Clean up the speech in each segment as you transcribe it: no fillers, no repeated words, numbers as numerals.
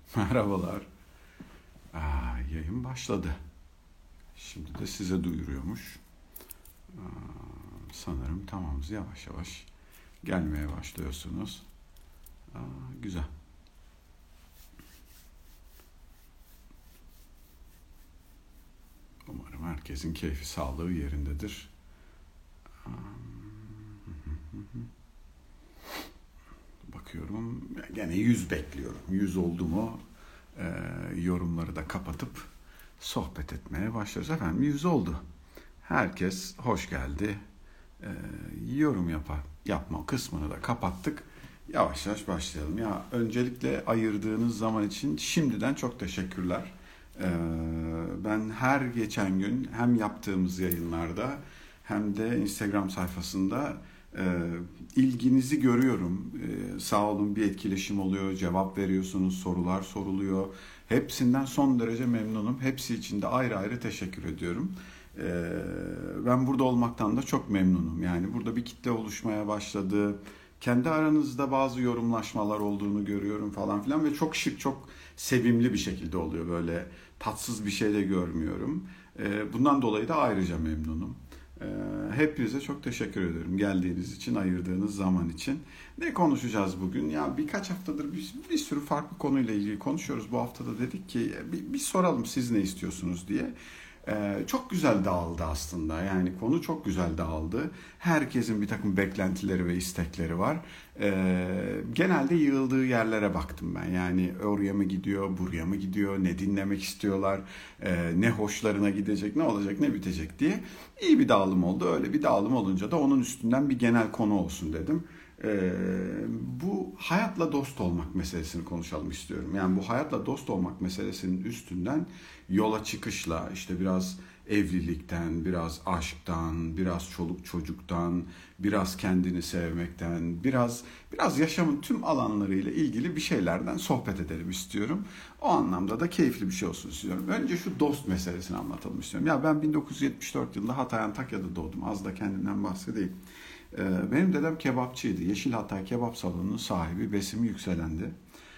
Merhabalar. Yayın başladı. Şimdi de size duyuruyormuş. Sanırım tamamız yavaş yavaş gelmeye başlıyorsunuz. Güzel. Umarım herkesin keyfi sağlığı yerindedir. Bakıyorum. Gene 100 bekliyorum. 100 oldu mu yorumları da kapatıp sohbet etmeye başlarız. Efendim 100 oldu. Herkes hoş geldi. Yorum yapma kısmını da kapattık. Yavaş yavaş başlayalım. Ya öncelikle ayırdığınız zaman için şimdiden çok teşekkürler. Ben her geçen gün hem yaptığımız yayınlarda hem de Instagram sayfasında ilginizi görüyorum. Sağ olun, bir etkileşim oluyor, cevap veriyorsunuz, sorular soruluyor. Hepsinden son derece memnunum. Hepsi için de ayrı ayrı teşekkür ediyorum. Ben burada olmaktan da çok memnunum. Yani burada bir kitle oluşmaya başladı. Kendi aranızda bazı yorumlaşmalar olduğunu görüyorum falan filan ve çok şık, çok sevimli bir şekilde oluyor. Böyle tatsız bir şey de görmüyorum. Bundan dolayı da ayrıca memnunum. Hepinize çok teşekkür ederim geldiğiniz için, ayırdığınız zaman için. Ne konuşacağız bugün? Ya birkaç haftadır bir sürü farklı konuyla ilgili konuşuyoruz. Bu hafta da dedik ki bir soralım siz ne istiyorsunuz diye. Çok güzel dağıldı aslında. Yani konu çok güzel dağıldı. Herkesin bir takım beklentileri ve istekleri var. Genelde yığıldığı yerlere baktım ben. Yani oraya mı gidiyor, buraya mı gidiyor, ne dinlemek istiyorlar, ne hoşlarına gidecek, ne olacak, ne bitecek diye. İyi bir dağılım oldu. Öyle bir dağılım olunca da onun üstünden bir genel konu olsun dedim. Bu hayatla dost olmak meselesini konuşalım istiyorum. Yani bu hayatla dost olmak meselesinin üstünden yola çıkışla işte biraz evlilikten, biraz aşktan, biraz çoluk çocuktan, biraz kendini sevmekten, biraz yaşamın tüm alanlarıyla ilgili bir şeylerden sohbet edelim istiyorum. O anlamda da keyifli bir şey olsun istiyorum. Önce şu dost meselesini anlatalım istiyorum. Ya ben 1974 yılında Hatay Antakya'da doğdum. Az da kendimden bahsedeyim. Benim dedem kebapçıydı. Yeşil Hatay Kebap Salonu'nun sahibi Besim Yükselen'di.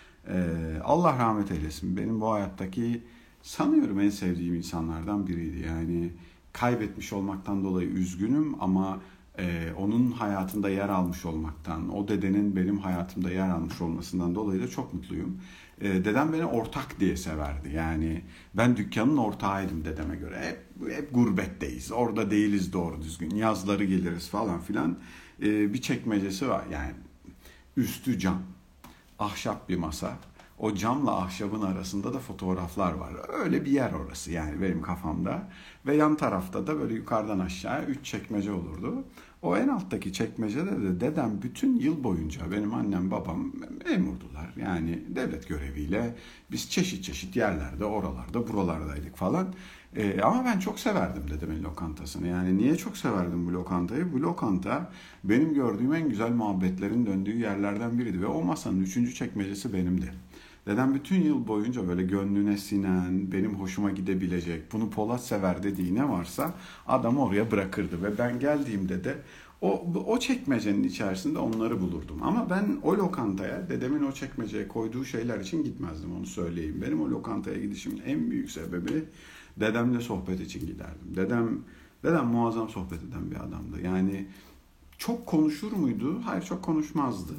Allah rahmet eylesin. Benim bu hayattaki sanıyorum en sevdiğim insanlardan biriydi. Yani kaybetmiş olmaktan dolayı üzgünüm ama onun hayatında yer almış olmaktan, o dedenin benim hayatımda yer almış olmasından dolayı da çok mutluyum. Dedem beni ortak diye severdi. Yani ben dükkanın ortağıydım dedeme göre. Hep gurbetteyiz. Orada değiliz doğru düzgün. Yazları geliriz falan filan. Bir çekmecesi var. Yani üstü cam. Ahşap bir masa. O camla ahşabın arasında da fotoğraflar var. Öyle bir yer orası yani benim kafamda. Ve yan tarafta da böyle yukarıdan aşağıya 3 çekmece olurdu. O en alttaki çekmecede de dedem bütün yıl boyunca benim annem babam memurdular. Yani devlet göreviyle biz çeşit çeşit yerlerde, oralarda, buralardaydık falan. Ama ben çok severdim dedemin lokantasını. Yani niye çok severdim bu lokantayı? Bu lokanta benim gördüğüm en güzel muhabbetlerin döndüğü yerlerden biriydi. Ve o masanın 3. çekmecesi benimdi. Dedem bütün yıl boyunca böyle gönlüne sinen, benim hoşuma gidebilecek, bunu Polat sever dediği ne varsa adamı oraya bırakırdı. Ve ben geldiğimde de o çekmecenin içerisinde onları bulurdum. Ama ben o lokantaya, dedemin o çekmeceye koyduğu şeyler için gitmezdim, onu söyleyeyim. Benim o lokantaya gidişimin en büyük sebebi dedemle sohbet için giderdim. Dedem muazzam sohbet eden bir adamdı. Yani çok konuşur muydu? Hayır, çok konuşmazdı.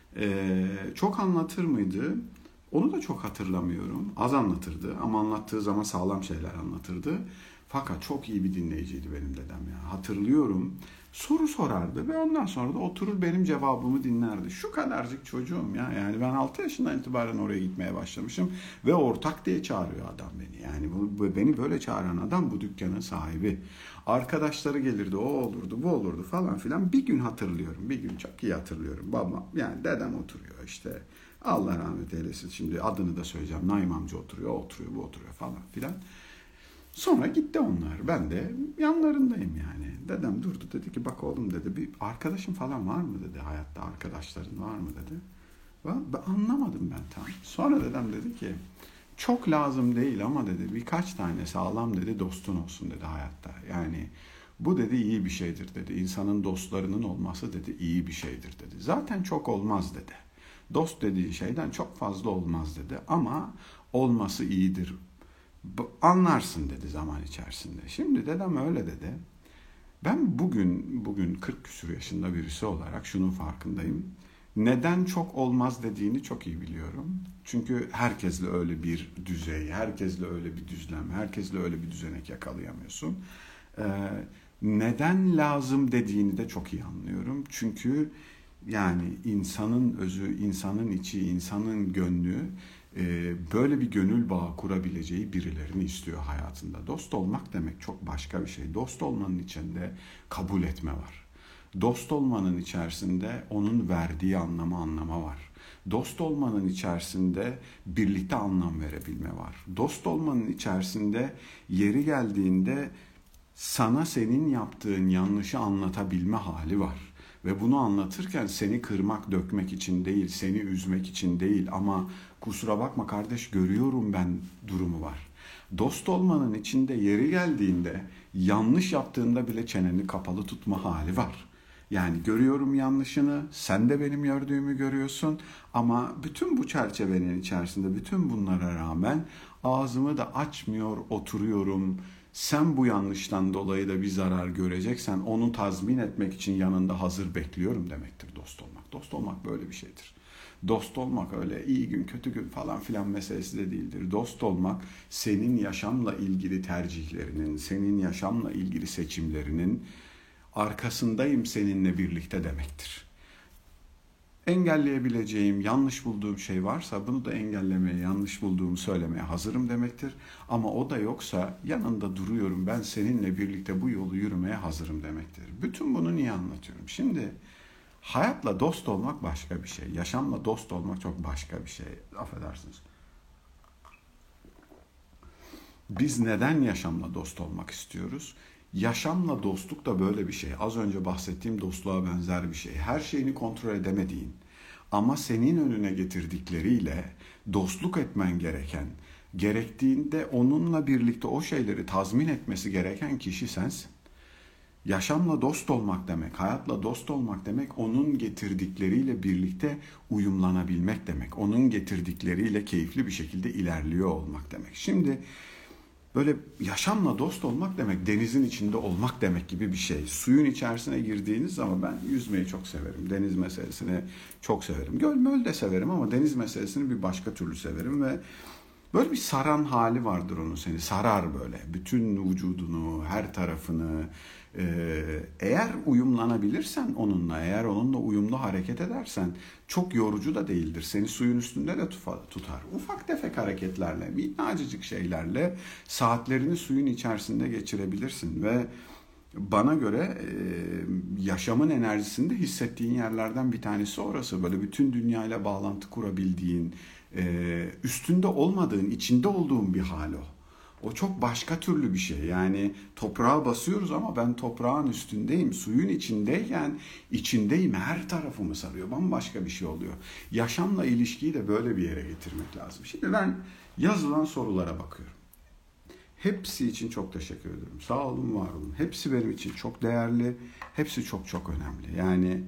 Çok anlatır mıydı? Onu da çok hatırlamıyorum. Az anlatırdı ama anlattığı zaman sağlam şeyler anlatırdı. Fakat çok iyi bir dinleyiciydi benim dedem ya. Hatırlıyorum. Soru sorardı ve ondan sonra da oturur benim cevabımı dinlerdi. Şu kadarcık çocuğum ya. Yani ben 6 yaşından itibaren oraya gitmeye başlamışım. Ve ortak diye çağırıyor adam beni. Yani beni böyle çağıran adam bu dükkanın sahibi. Arkadaşları gelirdi, o olurdu, bu olurdu falan filan. Bir gün hatırlıyorum. Bir gün çok iyi hatırlıyorum. Babam yani dedem oturuyor işte. Allah rahmet eylesin. Şimdi adını da söyleyeceğim. Naim amca oturuyor, o oturuyor, bu oturuyor falan filan. Sonra gitti onlar. Ben de yanlarındayım yani. Dedem durdu, dedi ki bak oğlum dedi, bir arkadaşın falan var mı dedi, hayatta arkadaşların var mı dedi. Ben anlamadım ben tam. Sonra dedem dedi ki çok lazım değil ama dedi birkaç tane sağlam dedi dostun olsun dedi hayatta. Yani bu dedi iyi bir şeydir dedi. İnsanın dostlarının olması dedi iyi bir şeydir dedi. Zaten çok olmaz dedi. Dost dediğin şeyden çok fazla olmaz dedi ama olması iyidir. Anlarsın dedi zaman içerisinde. Şimdi dedem öyle dedi. Ben bugün 40 küsur yaşında birisi olarak şunun farkındayım. Neden çok olmaz dediğini çok iyi biliyorum. Çünkü herkesle öyle bir düzey, herkesle öyle bir düzlem, herkesle öyle bir düzenek yakalayamıyorsun. Ee, Neden lazım dediğini de çok iyi anlıyorum. Çünkü yani insanın özü, insanın içi, insanın gönlü böyle bir gönül bağı kurabileceği birilerini istiyor hayatında. Dost olmak demek çok başka bir şey. Dost olmanın içinde kabul etme var. Dost olmanın içerisinde onun verdiği anlama var. Dost olmanın içerisinde birlikte anlam verebilme var. Dost olmanın içerisinde yeri geldiğinde sana senin yaptığın yanlışı anlatabilme hali var. Ve bunu anlatırken seni kırmak, dökmek için değil, seni üzmek için değil ama kusura bakma kardeş görüyorum ben durumu var. Dost olmanın içinde yeri geldiğinde yanlış yaptığında bile çeneni kapalı tutma hali var. Yani görüyorum yanlışını, sen de benim gördüğümü görüyorsun ama bütün bu çerçevenin içerisinde bütün bunlara rağmen ağzımı da açmıyor oturuyorum. Sen bu yanlıştan dolayı da bir zarar göreceksen onu tazmin etmek için yanında hazır bekliyorum demektir dost olmak. Dost olmak böyle bir şeydir. Dost olmak öyle iyi gün kötü gün falan filan meselesi de değildir. Dost olmak senin yaşamla ilgili tercihlerinin, senin yaşamla ilgili seçimlerinin arkasındayım seninle birlikte demektir. Engelleyebileceğim, yanlış bulduğum şey varsa bunu da engellemeye, yanlış bulduğumu söylemeye hazırım demektir. Ama o da yoksa yanında duruyorum, ben seninle birlikte bu yolu yürümeye hazırım demektir. Bütün bunu niye anlatıyorum? Şimdi hayatla dost olmak başka bir şey, yaşamla dost olmak çok başka bir şey. Affedersiniz. Biz neden yaşamla dost olmak istiyoruz? Yaşamla dostluk da böyle bir şey. Az önce bahsettiğim dostluğa benzer bir şey. Her şeyini kontrol edemediğin ama senin önüne getirdikleriyle dostluk etmen gereken, gerektiğinde onunla birlikte o şeyleri tazmin etmesi gereken kişi sensin. Yaşamla dost olmak demek, hayatla dost olmak demek, onun getirdikleriyle birlikte uyumlanabilmek demek. Onun getirdikleriyle keyifli bir şekilde ilerliyor olmak demek. Şimdi böyle yaşamla dost olmak demek denizin içinde olmak demek gibi bir şey. Suyun içerisine girdiğiniz zaman ben yüzmeyi çok severim. Deniz meselesini çok severim. Göl möl de severim ama deniz meselesini bir başka türlü severim ve böyle bir saran hali vardır onun seni. Sarar böyle. Bütün vücudunu, her tarafını. Eğer uyumlanabilirsen onunla, eğer onunla uyumlu hareket edersen çok yorucu da değildir. Seni suyun üstünde de tutar. Ufak tefek hareketlerle, minnacık şeylerle saatlerini suyun içerisinde geçirebilirsin ve bana göre yaşamın enerjisini de hissettiğin yerlerden bir tanesi orası. Böyle bütün dünyayla bağlantı kurabildiğin, üstünde olmadığın, içinde olduğun bir hal o. O çok başka türlü bir şey. Yani toprağa basıyoruz ama ben toprağın üstündeyim. Suyun içindeyken içindeyim. Her tarafımı sarıyor. Bambaşka bir şey oluyor. Yaşamla ilişkiyi de böyle bir yere getirmek lazım. Şimdi ben yazılan sorulara bakıyorum. Hepsi için çok teşekkür ederim. Sağ olun, var olun. Hepsi benim için çok değerli. Hepsi çok çok önemli. Yani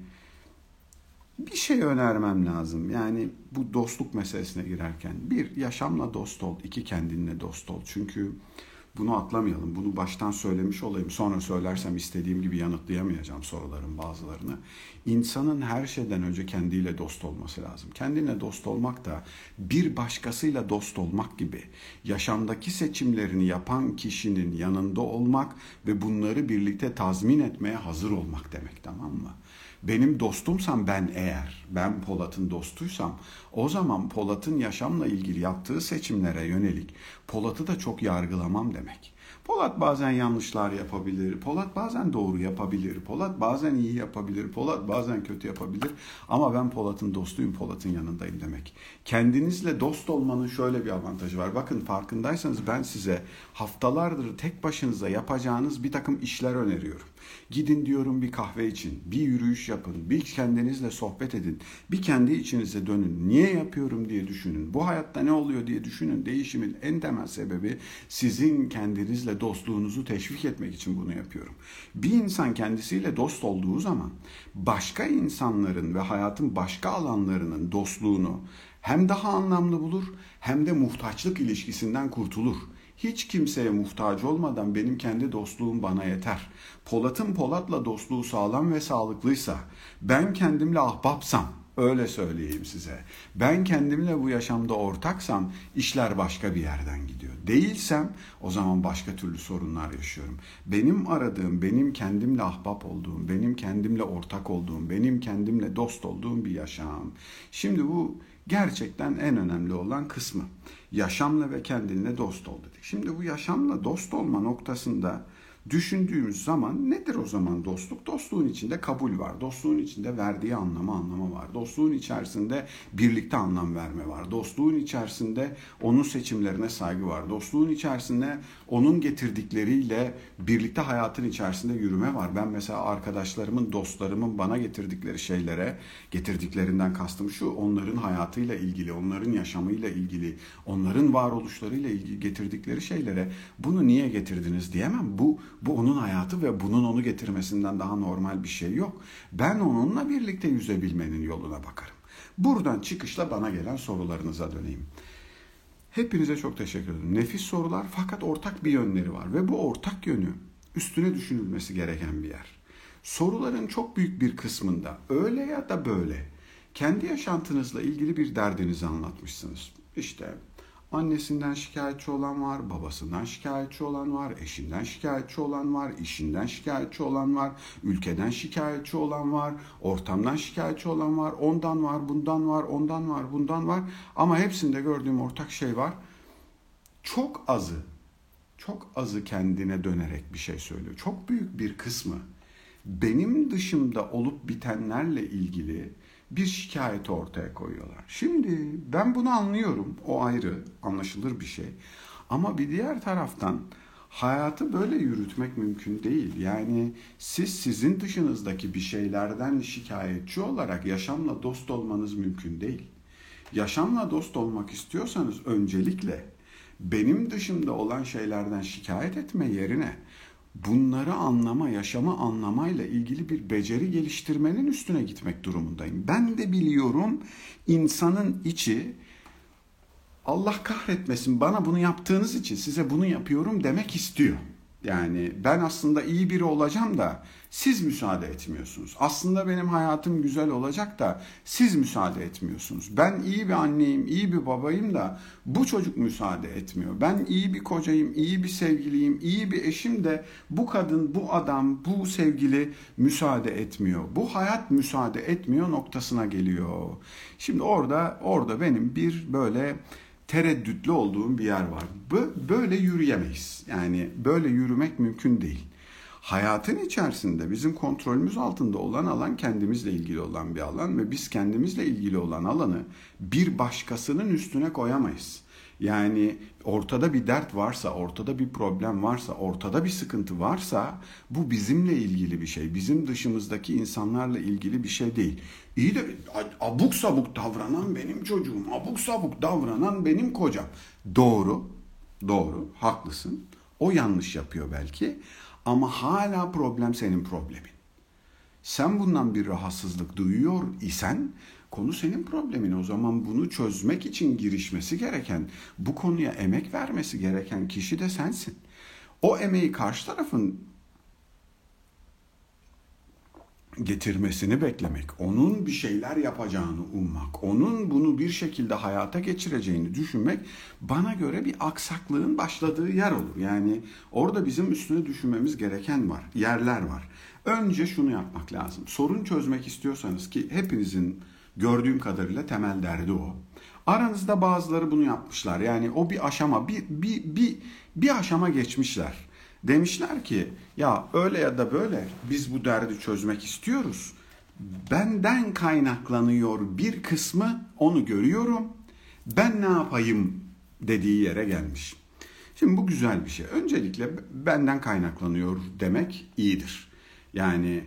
bir şey önermem lazım. Yani bu dostluk meselesine girerken bir, yaşamla dost ol. İki, kendinle dost ol. Çünkü bunu atlamayalım. Bunu baştan söylemiş olayım. Sonra söylersem istediğim gibi yanıtlayamayacağım soruların bazılarını. İnsanın her şeyden önce kendiyle dost olması lazım. Kendinle dost olmak da bir başkasıyla dost olmak gibi. Yaşamdaki seçimlerini yapan kişinin yanında olmak ve bunları birlikte tazmin etmeye hazır olmak demek, tamam mı? Benim dostumsam ben Polat'ın dostuysam o zaman Polat'ın yaşamla ilgili yaptığı seçimlere yönelik Polat'ı da çok yargılamam demek. Polat bazen yanlışlar yapabilir, Polat bazen doğru yapabilir, Polat bazen iyi yapabilir, Polat bazen kötü yapabilir ama ben Polat'ın dostuyum, Polat'ın yanındayım demek. Kendinizle dost olmanın şöyle bir avantajı var. Bakın farkındaysanız ben size haftalardır tek başınıza yapacağınız bir takım işler öneriyorum. Gidin diyorum bir kahve için, bir yürüyüş yapın, bir kendinizle sohbet edin, bir kendi içinize dönün. Niye yapıyorum diye düşünün. Bu hayatta ne oluyor diye düşünün. Değişimin en temel sebebi sizin kendinizle kendinizle dostluğunuzu teşvik etmek için bunu yapıyorum. Bir insan kendisiyle dost olduğu zaman başka insanların ve hayatın başka alanlarının dostluğunu hem daha anlamlı bulur hem de muhtaçlık ilişkisinden kurtulur. Hiç kimseye muhtaç olmadan benim kendi dostluğum bana yeter. Polat'ın Polat'la dostluğu sağlam ve sağlıklıysa, ben kendimle ahbapsam, öyle söyleyeyim size. Ben kendimle bu yaşamda ortaksam işler başka bir yerden gidiyor. Değilsem o zaman başka türlü sorunlar yaşıyorum. Benim aradığım, benim kendimle ahbap olduğum, benim kendimle ortak olduğum, benim kendimle dost olduğum bir yaşam. Şimdi bu gerçekten en önemli olan kısmı. Yaşamla ve kendinle dost ol dedik. Şimdi bu yaşamla dost olma noktasında düşündüğümüz zaman nedir o zaman dostluk? Dostluğun içinde kabul var. Dostluğun içinde verdiği anlamı var. Dostluğun içerisinde birlikte anlam verme var. Dostluğun içerisinde onun seçimlerine saygı var. Dostluğun içerisinde onun getirdikleriyle birlikte hayatın içerisinde yürüme var. Ben mesela arkadaşlarımın, dostlarımın bana getirdikleri şeylere, getirdiklerinden kastım şu, onların hayatıyla ilgili, onların yaşamıyla ilgili, onların varoluşlarıyla ilgili getirdikleri şeylere bunu niye getirdiniz diyemem. Bu onun hayatı ve bunun onu getirmesinden daha normal bir şey yok. Ben onunla birlikte yüzebilmenin yoluna bakarım. Buradan çıkışla bana gelen sorularınıza döneyim. Hepinize çok teşekkür ederim. Nefis sorular fakat ortak bir yönleri var ve bu ortak yönü üstüne düşünülmesi gereken bir yer. Soruların çok büyük bir kısmında öyle ya da böyle kendi yaşantınızla ilgili bir derdinizi anlatmışsınız. İşte annesinden şikayetçi olan var, babasından şikayetçi olan var, eşinden şikayetçi olan var, işinden şikayetçi olan var, ülkeden şikayetçi olan var, ortamdan şikayetçi olan var, ondan var, bundan var, ondan var, bundan var. Ama hepsinde gördüğüm ortak şey var. Çok azı kendine dönerek bir şey söylüyor. Çok büyük bir kısmı benim dışımda olup bitenlerle ilgili bir şikayeti ortaya koyuyorlar. Şimdi ben bunu anlıyorum. O ayrı, anlaşılır bir şey. Ama bir diğer taraftan hayatı böyle yürütmek mümkün değil. Yani siz sizin dışınızdaki bir şeylerden şikayetçi olarak yaşamla dost olmanız mümkün değil. Yaşamla dost olmak istiyorsanız öncelikle benim dışımda olan şeylerden şikayet etme yerine bunları anlama, yaşamı anlamayla ilgili bir beceri geliştirmenin üstüne gitmek durumundayım. Ben de biliyorum insanın içi Allah kahretmesin bana bunu yaptığınız için size bunu yapıyorum demek istiyor. Yani ben aslında iyi biri olacağım da siz müsaade etmiyorsunuz. Aslında benim hayatım güzel olacak da siz müsaade etmiyorsunuz. Ben iyi bir anneyim, iyi bir babayım da bu çocuk müsaade etmiyor. Ben iyi bir kocayım, iyi bir sevgiliyim, iyi bir eşim de bu kadın, bu adam, bu sevgili müsaade etmiyor. Bu hayat müsaade etmiyor noktasına geliyor. Şimdi orada benim bir böyle tereddütlü olduğum bir yer var. Böyle yürüyemeyiz. Yani böyle yürümek mümkün değil. Hayatın içerisinde bizim kontrolümüz altında olan alan kendimizle ilgili olan bir alan ve biz kendimizle ilgili olan alanı bir başkasının üstüne koyamayız. Yani ortada bir dert varsa, ortada bir problem varsa, ortada bir sıkıntı varsa bu bizimle ilgili bir şey. Bizim dışımızdaki insanlarla ilgili bir şey değil. İyi de abuk sabuk davranan benim çocuğum, abuk sabuk davranan benim kocam. Doğru, haklısın. O yanlış yapıyor belki ama hala problem senin problemin. Sen bundan bir rahatsızlık duyuyor isen konu senin problemin. O zaman bunu çözmek için girişmesi gereken, bu konuya emek vermesi gereken kişi de sensin. O emeği karşı tarafın getirmesini beklemek, onun bir şeyler yapacağını ummak, onun bunu bir şekilde hayata geçireceğini düşünmek bana göre bir aksaklığın başladığı yer olur. Yani orada bizim üstüne düşünmemiz gereken yerler var. Önce şunu yapmak lazım. Sorun çözmek istiyorsanız ki hepinizin gördüğüm kadarıyla temel derdi o. Aranızda bazıları bunu yapmışlar. Yani o bir aşama, bir aşama geçmişler. Demişler ki ya öyle ya da böyle biz bu derdi çözmek istiyoruz. Benden kaynaklanıyor bir kısmı, onu görüyorum. Ben ne yapayım dediği yere gelmiş. Şimdi bu güzel bir şey. Öncelikle benden kaynaklanıyor demek iyidir. Yani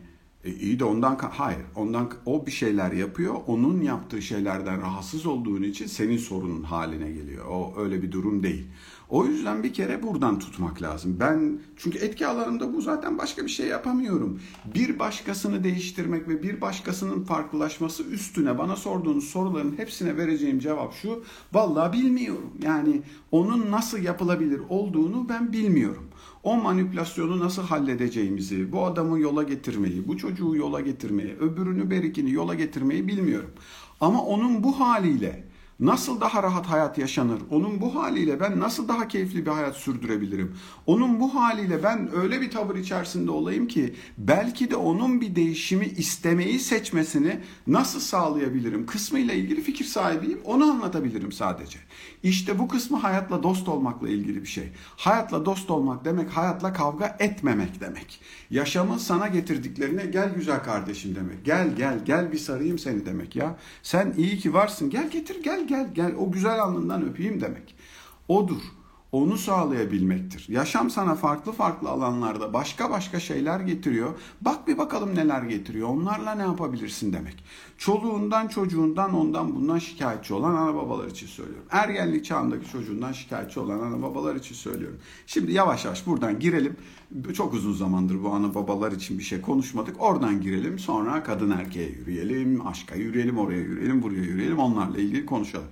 İyi de hayır, ondan o bir şeyler yapıyor. Onun yaptığı şeylerden rahatsız olduğun için senin sorunun haline geliyor. O öyle bir durum değil. O yüzden bir kere buradan tutmak lazım. Ben çünkü etki alanımda bu, zaten başka bir şey yapamıyorum. Bir başkasını değiştirmek ve bir başkasının farklılaşması üstüne bana sorduğunuz soruların hepsine vereceğim cevap şu: vallahi bilmiyorum. Yani onun nasıl yapılabilir olduğunu ben bilmiyorum. O manipülasyonu nasıl halledeceğimizi, bu adamı yola getirmeyi, bu çocuğu yola getirmeyi, öbürünü berikini yola getirmeyi bilmiyorum. Ama onun bu haliyle nasıl daha rahat hayat yaşanır? Onun bu haliyle ben nasıl daha keyifli bir hayat sürdürebilirim? Onun bu haliyle ben öyle bir tavır içerisinde olayım ki belki de onun bir değişimi istemeyi seçmesini nasıl sağlayabilirim kısmıyla ilgili fikir sahibiyim. Onu anlatabilirim sadece. İşte bu kısmı hayatla dost olmakla ilgili bir şey. Hayatla dost olmak demek hayatla kavga etmemek demek. Yaşamın sana getirdiklerine gel güzel kardeşim demek. Gel bir sarayım seni demek ya. Sen iyi ki varsın, gel getir, gel o güzel alnından öpeyim demek. Odur. Onu sağlayabilmektir. Yaşam sana farklı farklı alanlarda başka şeyler getiriyor. Bak bir bakalım neler getiriyor. Onlarla ne yapabilirsin demek. Çoluğundan, çocuğundan, ondan bundan şikayetçi olan ana babalar için söylüyorum. Ergenlik çağındaki çocuğundan şikayetçi olan ana babalar için söylüyorum. Şimdi yavaş yavaş buradan girelim. Çok uzun zamandır bu ana babalar için bir şey konuşmadık. Oradan girelim. Sonra kadın erkeğe yürüyelim, aşka yürüyelim, oraya yürüyelim, buraya yürüyelim. Onlarla ilgili konuşalım.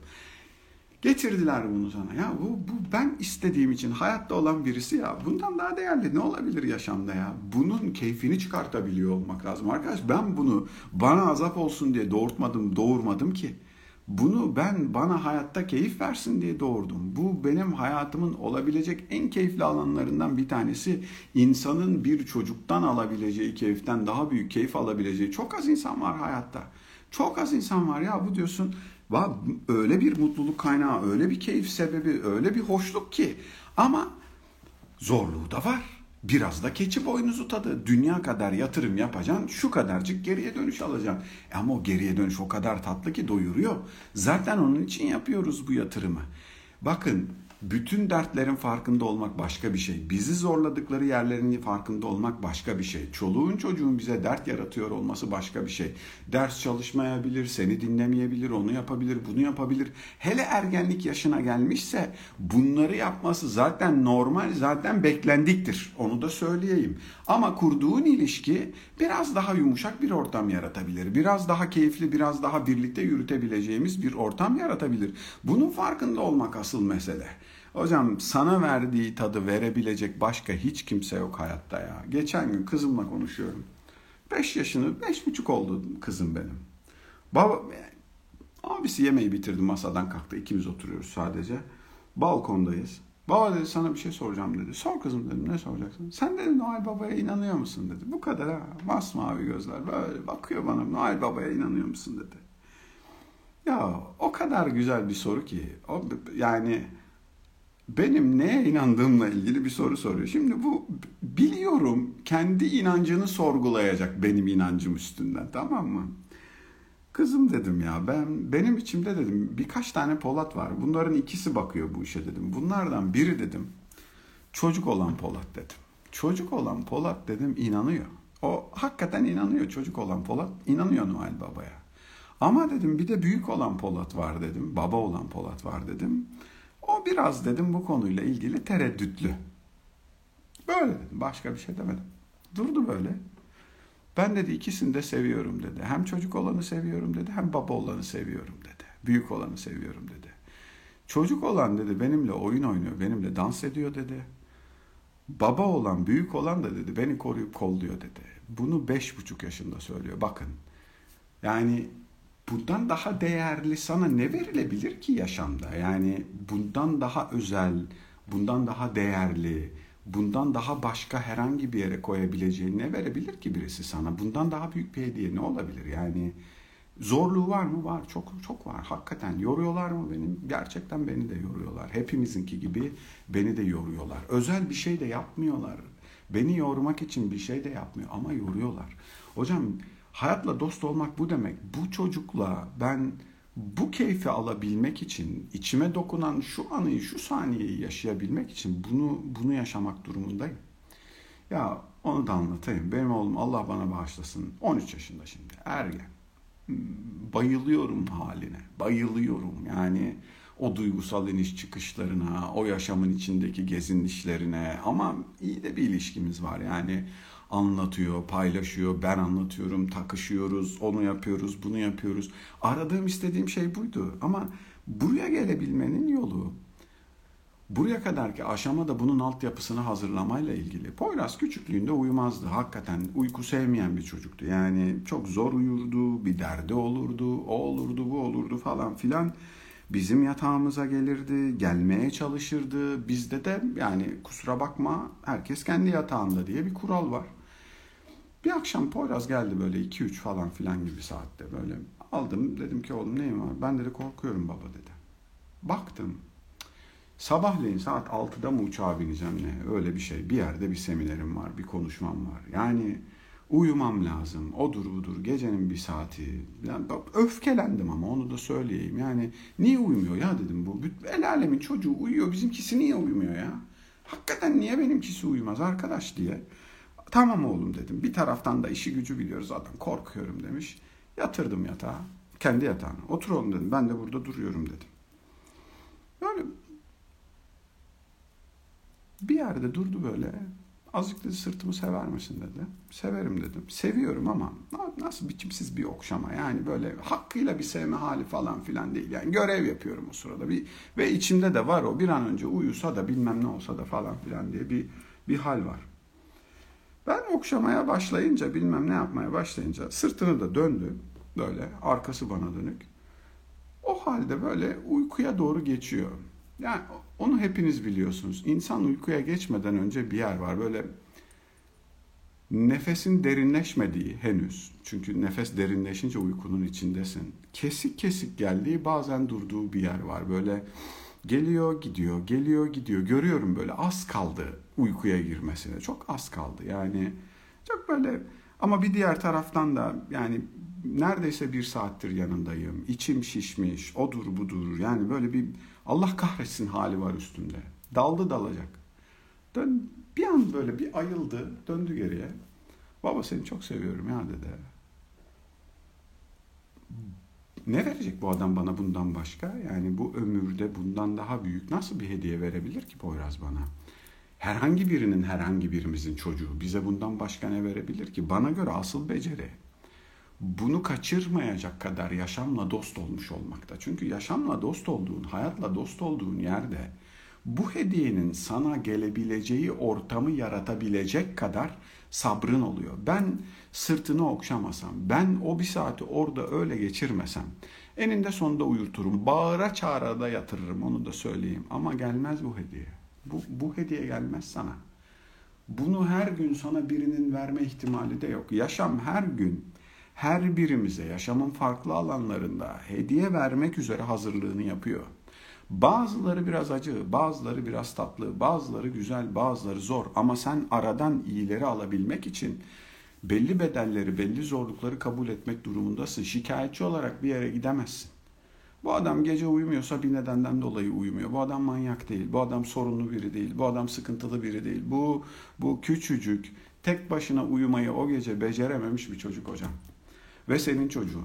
Getirdiler bunu sana. Ya bu ben istediğim için hayatta olan birisi ya. Bundan daha değerli ne olabilir yaşamda ya? Bunun keyfini çıkartabiliyor olmak lazım. Arkadaş, ben bunu bana azap olsun diye doğurmadım ki. Bunu ben bana hayatta keyif versin diye doğurdum. Bu benim hayatımın olabilecek en keyifli alanlarından bir tanesi. İnsanın bir çocuktan alabileceği keyiften daha büyük keyif alabileceği çok az insan var hayatta. Çok az insan var ya, bu diyorsun. Öyle bir mutluluk kaynağı, öyle bir keyif sebebi, öyle bir hoşluk ki. Ama zorluğu da var. Biraz da keçi boynuzu tadı. Dünya kadar yatırım yapacaksın, şu kadarcık geriye dönüş alacaksın. Ama o geriye dönüş o kadar tatlı ki doyuruyor. Zaten onun için yapıyoruz bu yatırımı. Bakın, bütün dertlerin farkında olmak başka bir şey. Bizi zorladıkları yerlerin farkında olmak başka bir şey. Çoluğun çocuğun bize dert yaratıyor olması başka bir şey. Ders çalışmayabilir, seni dinlemeyebilir, onu yapabilir, bunu yapabilir. Hele ergenlik yaşına gelmişse bunları yapması zaten normal, zaten beklendiktir. Onu da söyleyeyim. Ama kurduğun ilişki biraz daha yumuşak bir ortam yaratabilir. Biraz daha keyifli, biraz daha birlikte yürütebileceğimiz bir ortam yaratabilir. Bunun farkında olmak asıl mesele. Hocam, sana verdiği tadı verebilecek başka hiç kimse yok hayatta ya. Geçen gün kızımla konuşuyorum. 5,5 oldu kızım benim. Abisi yemeği bitirdi, masadan kalktı. İkimiz oturuyoruz sadece. Balkondayız. Baba dedi, sana bir şey soracağım dedi. Sor kızım dedim, ne soracaksın? Sen dedi Noel Baba'ya inanıyor musun dedi. Bu kadar ha. Masmavi gözler böyle bakıyor bana. Noel Baba'ya inanıyor musun dedi. Ya o kadar güzel bir soru ki. Yani benim neye inandığımla ilgili bir soru soruyor. Şimdi bu, biliyorum, kendi inancını sorgulayacak benim inancım üstünden, tamam mı? Kızım dedim ya, benim içimde dedim birkaç tane Polat var. Bunların ikisi bakıyor bu işe dedim. Bunlardan biri dedim çocuk olan Polat dedim. Çocuk olan Polat dedim inanıyor. O hakikaten inanıyor, çocuk olan Polat inanıyor Noel Baba'ya. Ama dedim bir de büyük olan Polat var dedim. Baba olan Polat var dedim. O biraz dedim bu konuyla ilgili tereddütlü. Böyle dedim, başka bir şey demedim. Durdu böyle. Ben dedi ikisini de seviyorum dedi. Hem çocuk olanı seviyorum dedi, hem baba olanı seviyorum dedi. Büyük olanı seviyorum dedi. Çocuk olan dedi benimle oyun oynuyor, benimle dans ediyor dedi. Baba olan, büyük olan da dedi beni koruyup kolluyor dedi. Bunu 5,5 yaşında söylüyor. Bakın, yani bundan daha değerli sana ne verilebilir ki yaşamda? Yani bundan daha özel, bundan daha değerli, bundan daha başka herhangi bir yere koyabileceğin ne verebilir ki birisi sana? Bundan daha büyük bir hediye ne olabilir? Yani zorluğu var mı? Var. Çok çok var. Hakikaten yoruyorlar mı benim? Gerçekten beni de yoruyorlar. Hepimizinki gibi beni de yoruyorlar. Özel bir şey de yapmıyorlar. Beni yormak için bir şey de yapmıyor ama yoruyorlar. Hocam, hayatla dost olmak bu demek. Bu çocukla ben bu keyfi alabilmek için, içime dokunan şu anıyı, şu saniyeyi yaşayabilmek için bunu yaşamak durumundayım. Ya Onu da anlatayım. Benim oğlum Allah bana bağışlasın 13 yaşında şimdi ergen. Bayılıyorum haline. Bayılıyorum yani o duygusal iniş çıkışlarına, o yaşamın içindeki gezinişlerine ama iyi de bir ilişkimiz var. Yani anlatıyor, paylaşıyor, ben anlatıyorum, takışıyoruz, onu yapıyoruz, bunu yapıyoruz. Aradığım, istediğim şey buydu ama buraya gelebilmenin yolu, buraya kadarki aşama da bunun altyapısını hazırlamayla ilgili. Poyraz küçüklüğünde uyumazdı. Hakikaten uyku sevmeyen bir çocuktu. Yani çok zor uyurdu, bir derdi olurdu, o olurdu, bu olurdu falan filan. Bizim yatağımıza gelirdi, gelmeye çalışırdı. Bizde de yani kusura bakma herkes kendi yatağında diye bir kural var. Bir akşam Poyraz geldi böyle 2-3 falan filan gibi saatte böyle. Aldım dedim ki oğlum neyin var? Ben dedi korkuyorum baba dedi. Baktım. Sabahleyin saat 6'da mı uçağa bineceğim ne? Öyle bir şey. Bir yerde bir seminerim var, bir konuşmam var. Yani uyumam lazım. Odur budur. Gecenin bir saati. Yani öfkelendim ama onu da söyleyeyim. Yani niye uyumuyor ya dedim bu. El alemin çocuğu uyuyor. Bizimkisi niye uyumuyor ya? Hakikaten niye benimkisi uyumaz arkadaş diye. Tamam oğlum dedim. Bir taraftan da işi gücü biliyoruz zaten. Korkuyorum demiş. Yatırdım yatağa. Kendi yatağına. Otur oğlum dedim. Ben de burada duruyorum dedim. Böyle bir yerde durdu böyle. Azıcık dedi sırtımı sever misin dedi. Severim dedim. Seviyorum ama nasıl biçimsiz bir okşama. Yani böyle hakkıyla bir sevme hali falan filan değil. Yani görev yapıyorum o sırada. Ve içimde de var o bir an önce uyusa da bilmem ne olsa da falan filan diye bir hal var. Ben okşamaya başlayınca bilmem ne yapmaya başlayınca sırtını da döndü. Böyle arkası bana dönük. O halde böyle uykuya doğru geçiyor. Yani onu hepiniz biliyorsunuz. İnsan uykuya geçmeden önce bir yer var. Böyle nefesin derinleşmediği henüz. Çünkü nefes derinleşince uykunun içindesin. Kesik kesik geldiği bazen durduğu bir yer var. Böyle geliyor gidiyor, geliyor gidiyor. Görüyorum böyle az kaldı uykuya girmesine. Çok az kaldı. Yani çok böyle ama bir diğer taraftan da yani neredeyse bir saattir yanındayım. İçim şişmiş, odur budur. Yani böyle bir Allah kahretsin hali var üstünde. Daldı dalacak. Bir an böyle bir ayıldı, döndü geriye. Baba seni çok seviyorum ya dedi. Ne verecek bu adam bana bundan başka? Yani bu ömürde bundan daha büyük nasıl bir hediye verebilir ki Poyraz bana? Herhangi birinin, herhangi birimizin çocuğu bize bundan başka ne verebilir ki? Bana göre asıl beceri bunu kaçırmayacak kadar yaşamla dost olmuş olmakta. Çünkü yaşamla dost olduğun, hayatla dost olduğun yerde bu hediyenin sana gelebileceği ortamı yaratabilecek kadar sabrın oluyor. Ben sırtını okşamasam, ben o bir saati orada öyle geçirmesem, eninde sonunda uyuturum, bağıra çağıra da yatırırım onu da söyleyeyim. Ama gelmez bu hediye. Bu hediye gelmez sana. Bunu her gün sana birinin verme ihtimali de yok. Yaşam her gün her birimize yaşamın farklı alanlarında hediye vermek üzere hazırlığını yapıyor. Bazıları biraz acı, bazıları biraz tatlı, bazıları güzel, bazıları zor. Ama sen aradan iyileri alabilmek için belli bedelleri, belli zorlukları kabul etmek durumundasın. Şikayetçi olarak bir yere gidemezsin. Bu adam gece uyumuyorsa bir nedenden dolayı uyumuyor. Bu adam manyak değil, bu adam sorunlu biri değil, bu adam sıkıntılı biri değil. Bu küçücük, tek başına uyumayı o gece becerememiş bir çocuk hocam. Ve senin çocuğun.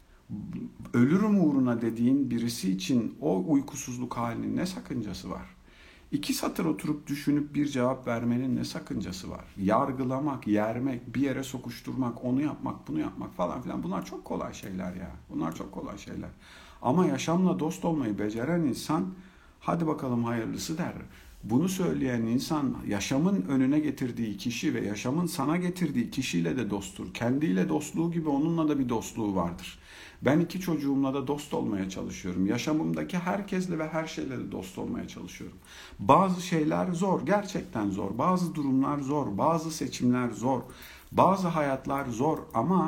Ölürüm uğruna dediğin birisi için o uykusuzluk halinin ne sakıncası var? 2 satır oturup düşünüp bir cevap vermenin ne sakıncası var? Yargılamak, yermek, bir yere sokuşturmak, onu yapmak, bunu yapmak falan filan bunlar çok kolay şeyler ya. Bunlar çok kolay şeyler. Ama yaşamla dost olmayı beceren insan hadi bakalım hayırlısı der. Bunu söyleyen insan yaşamın önüne getirdiği kişi ve yaşamın sana getirdiği kişiyle de dosttur. Kendiyle dostluğu gibi onunla da bir dostluğu vardır. Ben 2 çocuğumla da dost olmaya çalışıyorum. Yaşamımdaki herkesle ve her şeyle de dost olmaya çalışıyorum. Bazı şeyler zor, gerçekten zor. Bazı durumlar zor, bazı seçimler zor, bazı hayatlar zor ama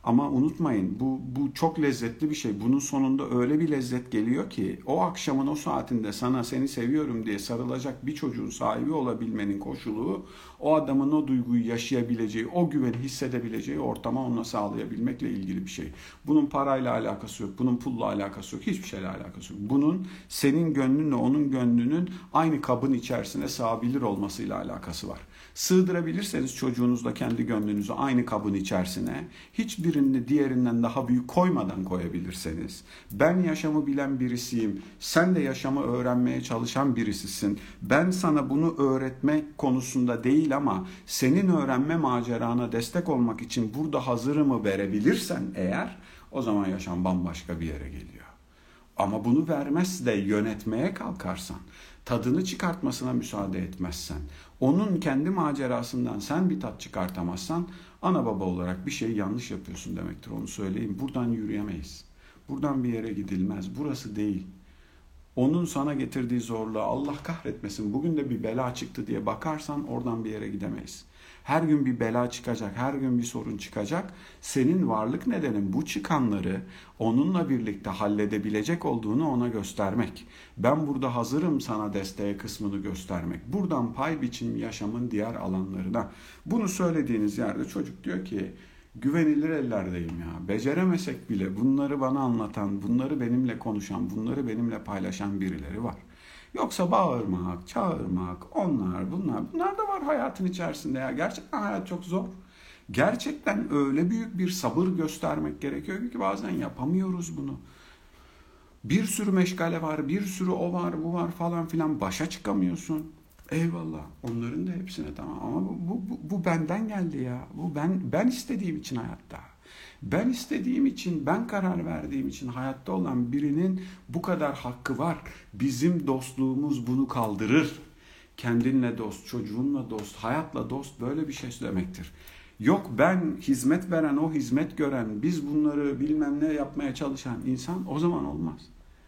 Ama unutmayın, bu çok lezzetli bir şey. Bunun sonunda öyle bir lezzet geliyor ki o akşamın o saatinde sana seni seviyorum diye sarılacak bir çocuğun sahibi olabilmenin koşulu, o adamın o duyguyu yaşayabileceği, o güveni hissedebileceği ortama ona sağlayabilmekle ilgili bir şey. Bunun parayla alakası yok, bunun pulla alakası yok, hiçbir şeyle alakası yok. Bunun senin gönlünle onun gönlünün aynı kabın içerisine sığabilir olmasıyla alakası var. Sığdırabilirseniz çocuğunuzla kendi gönlünüzü aynı kabın içerisine, hiçbirini diğerinden daha büyük koymadan koyabilirseniz, ben yaşamı bilen birisiyim, sen de yaşamı öğrenmeye çalışan birisisin, ben sana bunu öğretmek konusunda değil ama senin öğrenme macerana destek olmak için burada hazırımı verebilirsen eğer, o zaman yaşam bambaşka bir yere geliyor. Ama bunu vermez de yönetmeye kalkarsan, tadını çıkartmasına müsaade etmezsen, onun kendi macerasından sen bir tat çıkartamazsan, ana baba olarak bir şey yanlış yapıyorsun demektir. Onu söyleyeyim. Buradan yürüyemeyiz. Buradan bir yere gidilmez. Burası değil. Onun sana getirdiği zorluğa Allah kahretmesin, bugün de bir bela çıktı diye bakarsan oradan bir yere gidemeyiz. Her gün bir bela çıkacak, her gün bir sorun çıkacak. Senin varlık nedenin bu çıkanları onunla birlikte halledebilecek olduğunu ona göstermek. Ben burada hazırım sana desteğe kısmını göstermek. Buradan pay biçim yaşamın diğer alanlarına. Bunu söylediğiniz yerde çocuk diyor ki, güvenilir ellerdeyim ya. Beceremesek bile bunları bana anlatan, bunları benimle konuşan, bunları benimle paylaşan birileri var. Yoksa bağırmak, çağırmak, bunlar da var hayatın içerisinde ya. Gerçekten hayat çok zor. Gerçekten öyle büyük bir sabır göstermek gerekiyor ki bazen yapamıyoruz bunu. Bir sürü meşgale var, bir sürü o var, bu var falan filan, başa çıkamıyorsun. Eyvallah. Onların da hepsine tamam. Ama bu benden geldi ya. Bu ben istediğim için hayatta. Ben istediğim için, ben karar verdiğim için hayatta olan birinin bu kadar hakkı var. Bizim dostluğumuz bunu kaldırır. Kendinle dost, çocuğunla dost, hayatla dost, böyle bir şey demektir. Yok ben hizmet veren, o hizmet gören, biz bunları bilmem ne yapmaya çalışan insan, o zaman olmaz.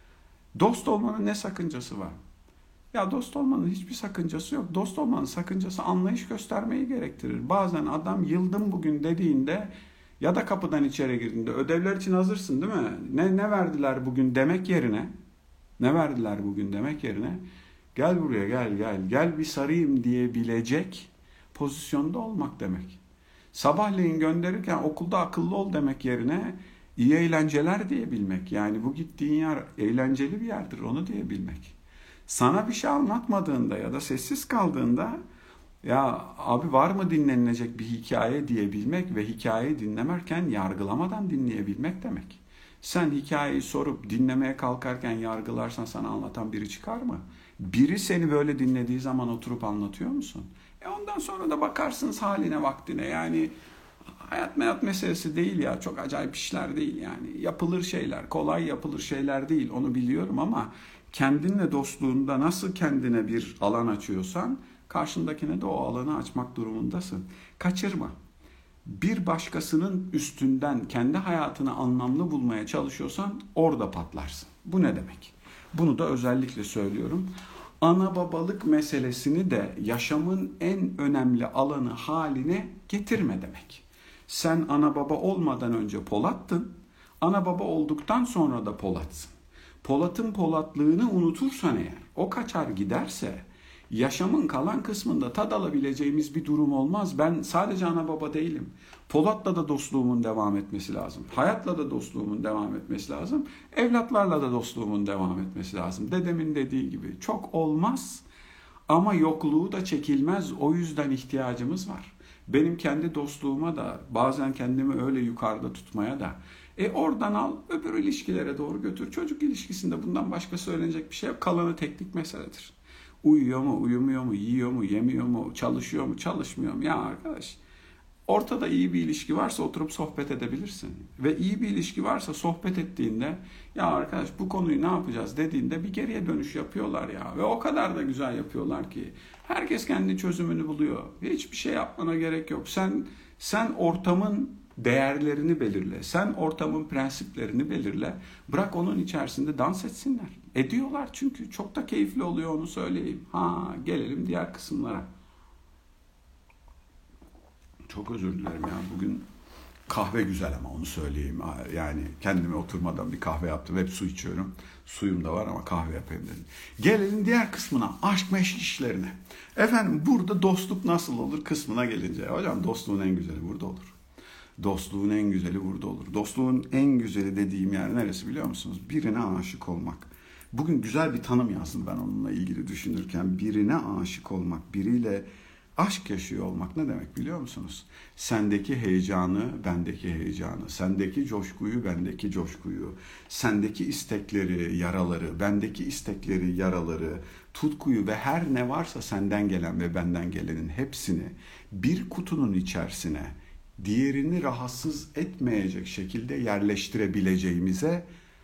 Dost olmanın ne sakıncası var? Ya dost olmanın hiçbir sakıncası yok. Dost olmanın sakıncası anlayış göstermeyi gerektirir. Bazen adam yıldım bugün dediğinde ya da kapıdan içeri girdiğinde ödevler için hazırsın değil mi? Ne verdiler bugün demek yerine, gel buraya gel bir sarayım diyebilecek pozisyonda olmak demek. Sabahleyin gönderirken okulda akıllı ol demek yerine iyi eğlenceler diyebilmek. Yani bu gittiğin yer eğlenceli bir yerdir, onu diyebilmek. Sana bir şey anlatmadığında ya da sessiz kaldığında, ya abi var mı dinlenilecek bir hikaye diyebilmek ve hikayeyi dinlemerken yargılamadan dinleyebilmek demek. Sen hikayeyi sorup dinlemeye kalkarken yargılarsan sana anlatan biri çıkar mı? Biri seni böyle dinlediği zaman oturup anlatıyor musun? Ondan sonra da bakarsınız haline vaktine. Yani hayat meselesi değil ya, çok acayip işler değil yani. Yapılır şeyler, kolay yapılır şeyler değil, onu biliyorum ama kendinle dostluğunda nasıl kendine bir alan açıyorsan karşındakine de o alanı açmak durumundasın. Kaçırma. Bir başkasının üstünden kendi hayatını anlamlı bulmaya çalışıyorsan orada patlarsın. Bu ne demek? Bunu da özellikle söylüyorum. Ana babalık meselesini de yaşamın en önemli alanı haline getirme demek. Sen ana baba olmadan önce Polat'tın, ana baba olduktan sonra da Polat'sın. Polat'ın Polat'lığını unutursan eğer, o kaçar giderse, yaşamın kalan kısmında tad alabileceğimiz bir durum olmaz. Ben sadece ana baba değilim. Polat'la da dostluğumun devam etmesi lazım. Hayatla da dostluğumun devam etmesi lazım. Evlatlarla da dostluğumun devam etmesi lazım. Dedemin dediği gibi çok olmaz ama yokluğu da çekilmez. O yüzden ihtiyacımız var. Benim kendi dostluğuma da bazen kendimi öyle yukarıda tutmaya da oradan al öbür ilişkilere doğru götür. Çocuk ilişkisinde bundan başka söylenecek bir şey yok. Kalanı teknik meseledir. Uyuyor mu, uyumuyor mu, yiyor mu, yemiyor mu, çalışıyor mu, çalışmıyor mu? Ya arkadaş, ortada iyi bir ilişki varsa oturup sohbet edebilirsin. Ve iyi bir ilişki varsa sohbet ettiğinde, ya arkadaş bu konuyu ne yapacağız dediğinde bir geriye dönüş yapıyorlar ya. Ve o kadar da güzel yapıyorlar ki herkes kendi çözümünü buluyor. Hiçbir şey yapmana gerek yok. Sen ortamın değerlerini belirle. Sen ortamın prensiplerini belirle. Bırak onun içerisinde dans etsinler. Ediyorlar çünkü. Çok da keyifli oluyor, onu söyleyeyim. Gelelim diğer kısımlara. Çok özür dilerim ya. Bugün Kahve güzel ama onu söyleyeyim. Yani kendime oturmadan bir kahve yaptım. Hep su içiyorum. Suyum da var ama kahve yapayım dedim. Gelelim diğer kısmına. Aşk meşk işlerine. Efendim burada dostluk nasıl olur kısmına gelince. Hocam dostluğun en güzeli burada olur. Dostluğun en güzeli burada olur. Dostluğun en güzeli dediğim yer neresi biliyor musunuz? Birine aşık olmak. Bugün güzel bir tanım yazdım ben onunla ilgili düşünürken. Birine aşık olmak, biriyle aşk yaşıyor olmak ne demek biliyor musunuz? Sendeki heyecanı, bendeki heyecanı, sendeki coşkuyu, bendeki coşkuyu, sendeki istekleri, yaraları, bendeki istekleri, yaraları, tutkuyu ve her ne varsa senden gelen ve benden gelenin hepsini bir kutunun içerisine diğerini rahatsız etmeyecek şekilde yerleştirebileceğimize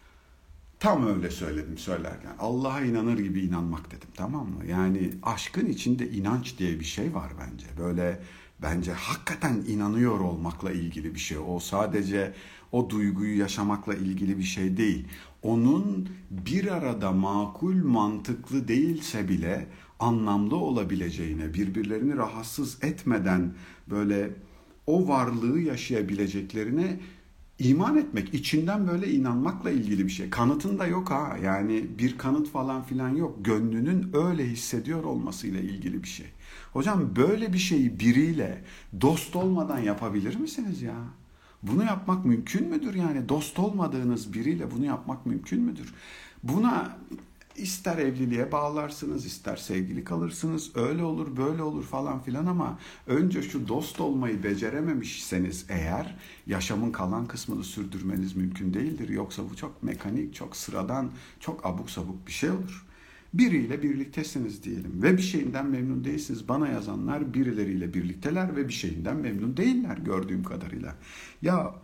tam öyle söyledim söylerken. Allah'a inanır gibi inanmak dedim, tamam mı? Yani aşkın içinde inanç diye bir şey var bence. Böyle bence hakikaten inanıyor olmakla ilgili bir şey. O sadece o duyguyu yaşamakla ilgili bir şey değil. Onun bir arada makul, mantıklı değilse bile anlamlı olabileceğine, birbirlerini rahatsız etmeden böyle o varlığı yaşayabileceklerine İman etmek, içinden böyle inanmakla ilgili bir şey. Kanıtın da yok ha. Yani bir kanıt falan filan yok. Gönlünün öyle hissediyor olmasıyla ilgili bir şey. Hocam böyle bir şeyi biriyle dost olmadan yapabilir misiniz ya? Bunu yapmak mümkün müdür yani? Dost olmadığınız biriyle bunu yapmak mümkün müdür? Buna ister evliliğe bağlarsınız, ister sevgili kalırsınız, öyle olur, böyle olur falan filan ama önce şu dost olmayı becerememişseniz eğer yaşamın kalan kısmını sürdürmeniz mümkün değildir. Yoksa bu çok mekanik, çok sıradan, çok abuk sabuk bir şey olur. Biriyle birliktesiniz diyelim ve bir şeyinden memnun değilsiniz. Bana yazanlar birileriyle birlikteler ve bir şeyinden memnun değiller gördüğüm kadarıyla. Ya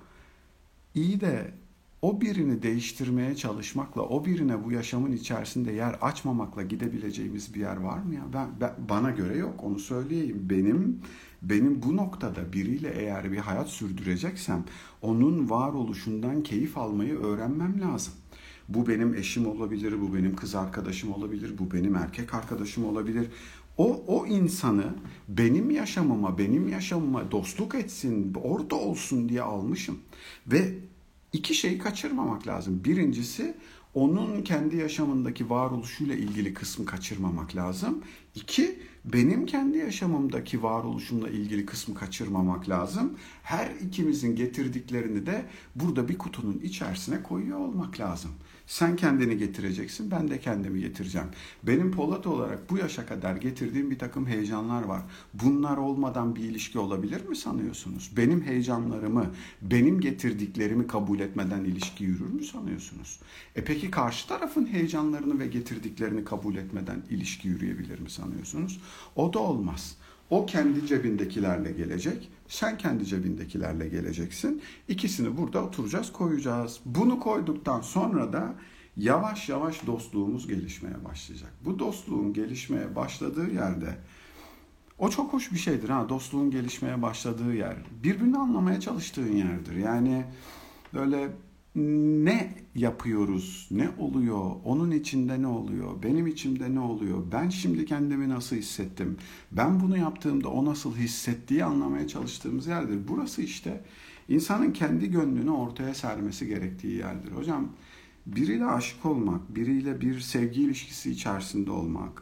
iyi de o birini değiştirmeye çalışmakla, o birine bu yaşamın içerisinde yer açmamakla gidebileceğimiz bir yer var mı ya? Bana göre yok, onu söyleyeyim. Benim bu noktada biriyle eğer bir hayat sürdüreceksem, onun varoluşundan keyif almayı öğrenmem lazım. Bu benim eşim olabilir, bu benim kız arkadaşım olabilir, bu benim erkek arkadaşım olabilir. O insanı benim yaşamıma dostluk etsin, orada olsun diye almışım. Ve iki şeyi kaçırmamak lazım. Birincisi onun kendi yaşamındaki varoluşuyla ilgili kısmı kaçırmamak lazım. İki, benim kendi yaşamımdaki varoluşumla ilgili kısmı kaçırmamak lazım. Her ikimizin getirdiklerini de burada bir kutunun içerisine koyuyor olmak lazım. Sen kendini getireceksin, ben de kendimi getireceğim. Benim Polat olarak bu yaşa kadar getirdiğim bir takım heyecanlar var. Bunlar olmadan bir ilişki olabilir mi sanıyorsunuz? Benim heyecanlarımı, benim getirdiklerimi kabul etmeden ilişki yürür mü sanıyorsunuz? Peki karşı tarafın heyecanlarını ve getirdiklerini kabul etmeden ilişki yürüyebilir mi sanıyorsunuz? O da olmaz. O kendi cebindekilerle gelecek, sen kendi cebindekilerle geleceksin. İkisini burada oturacağız, koyacağız. Bunu koyduktan sonra da yavaş yavaş dostluğumuz gelişmeye başlayacak. Bu dostluğun gelişmeye başladığı yerde, o çok hoş bir şeydir ha, dostluğun gelişmeye başladığı yer. Birbirini anlamaya çalıştığın yerdir. Yani böyle ne yapıyoruz, ne oluyor, onun içinde ne oluyor, benim içimde ne oluyor, ben şimdi kendimi nasıl hissettim, ben bunu yaptığımda o nasıl hissettiği anlamaya çalıştığımız yerdir. Burası işte insanın kendi gönlünü ortaya sermesi gerektiği yerdir. Hocam biriyle aşık olmak, biriyle bir sevgi ilişkisi içerisinde olmak,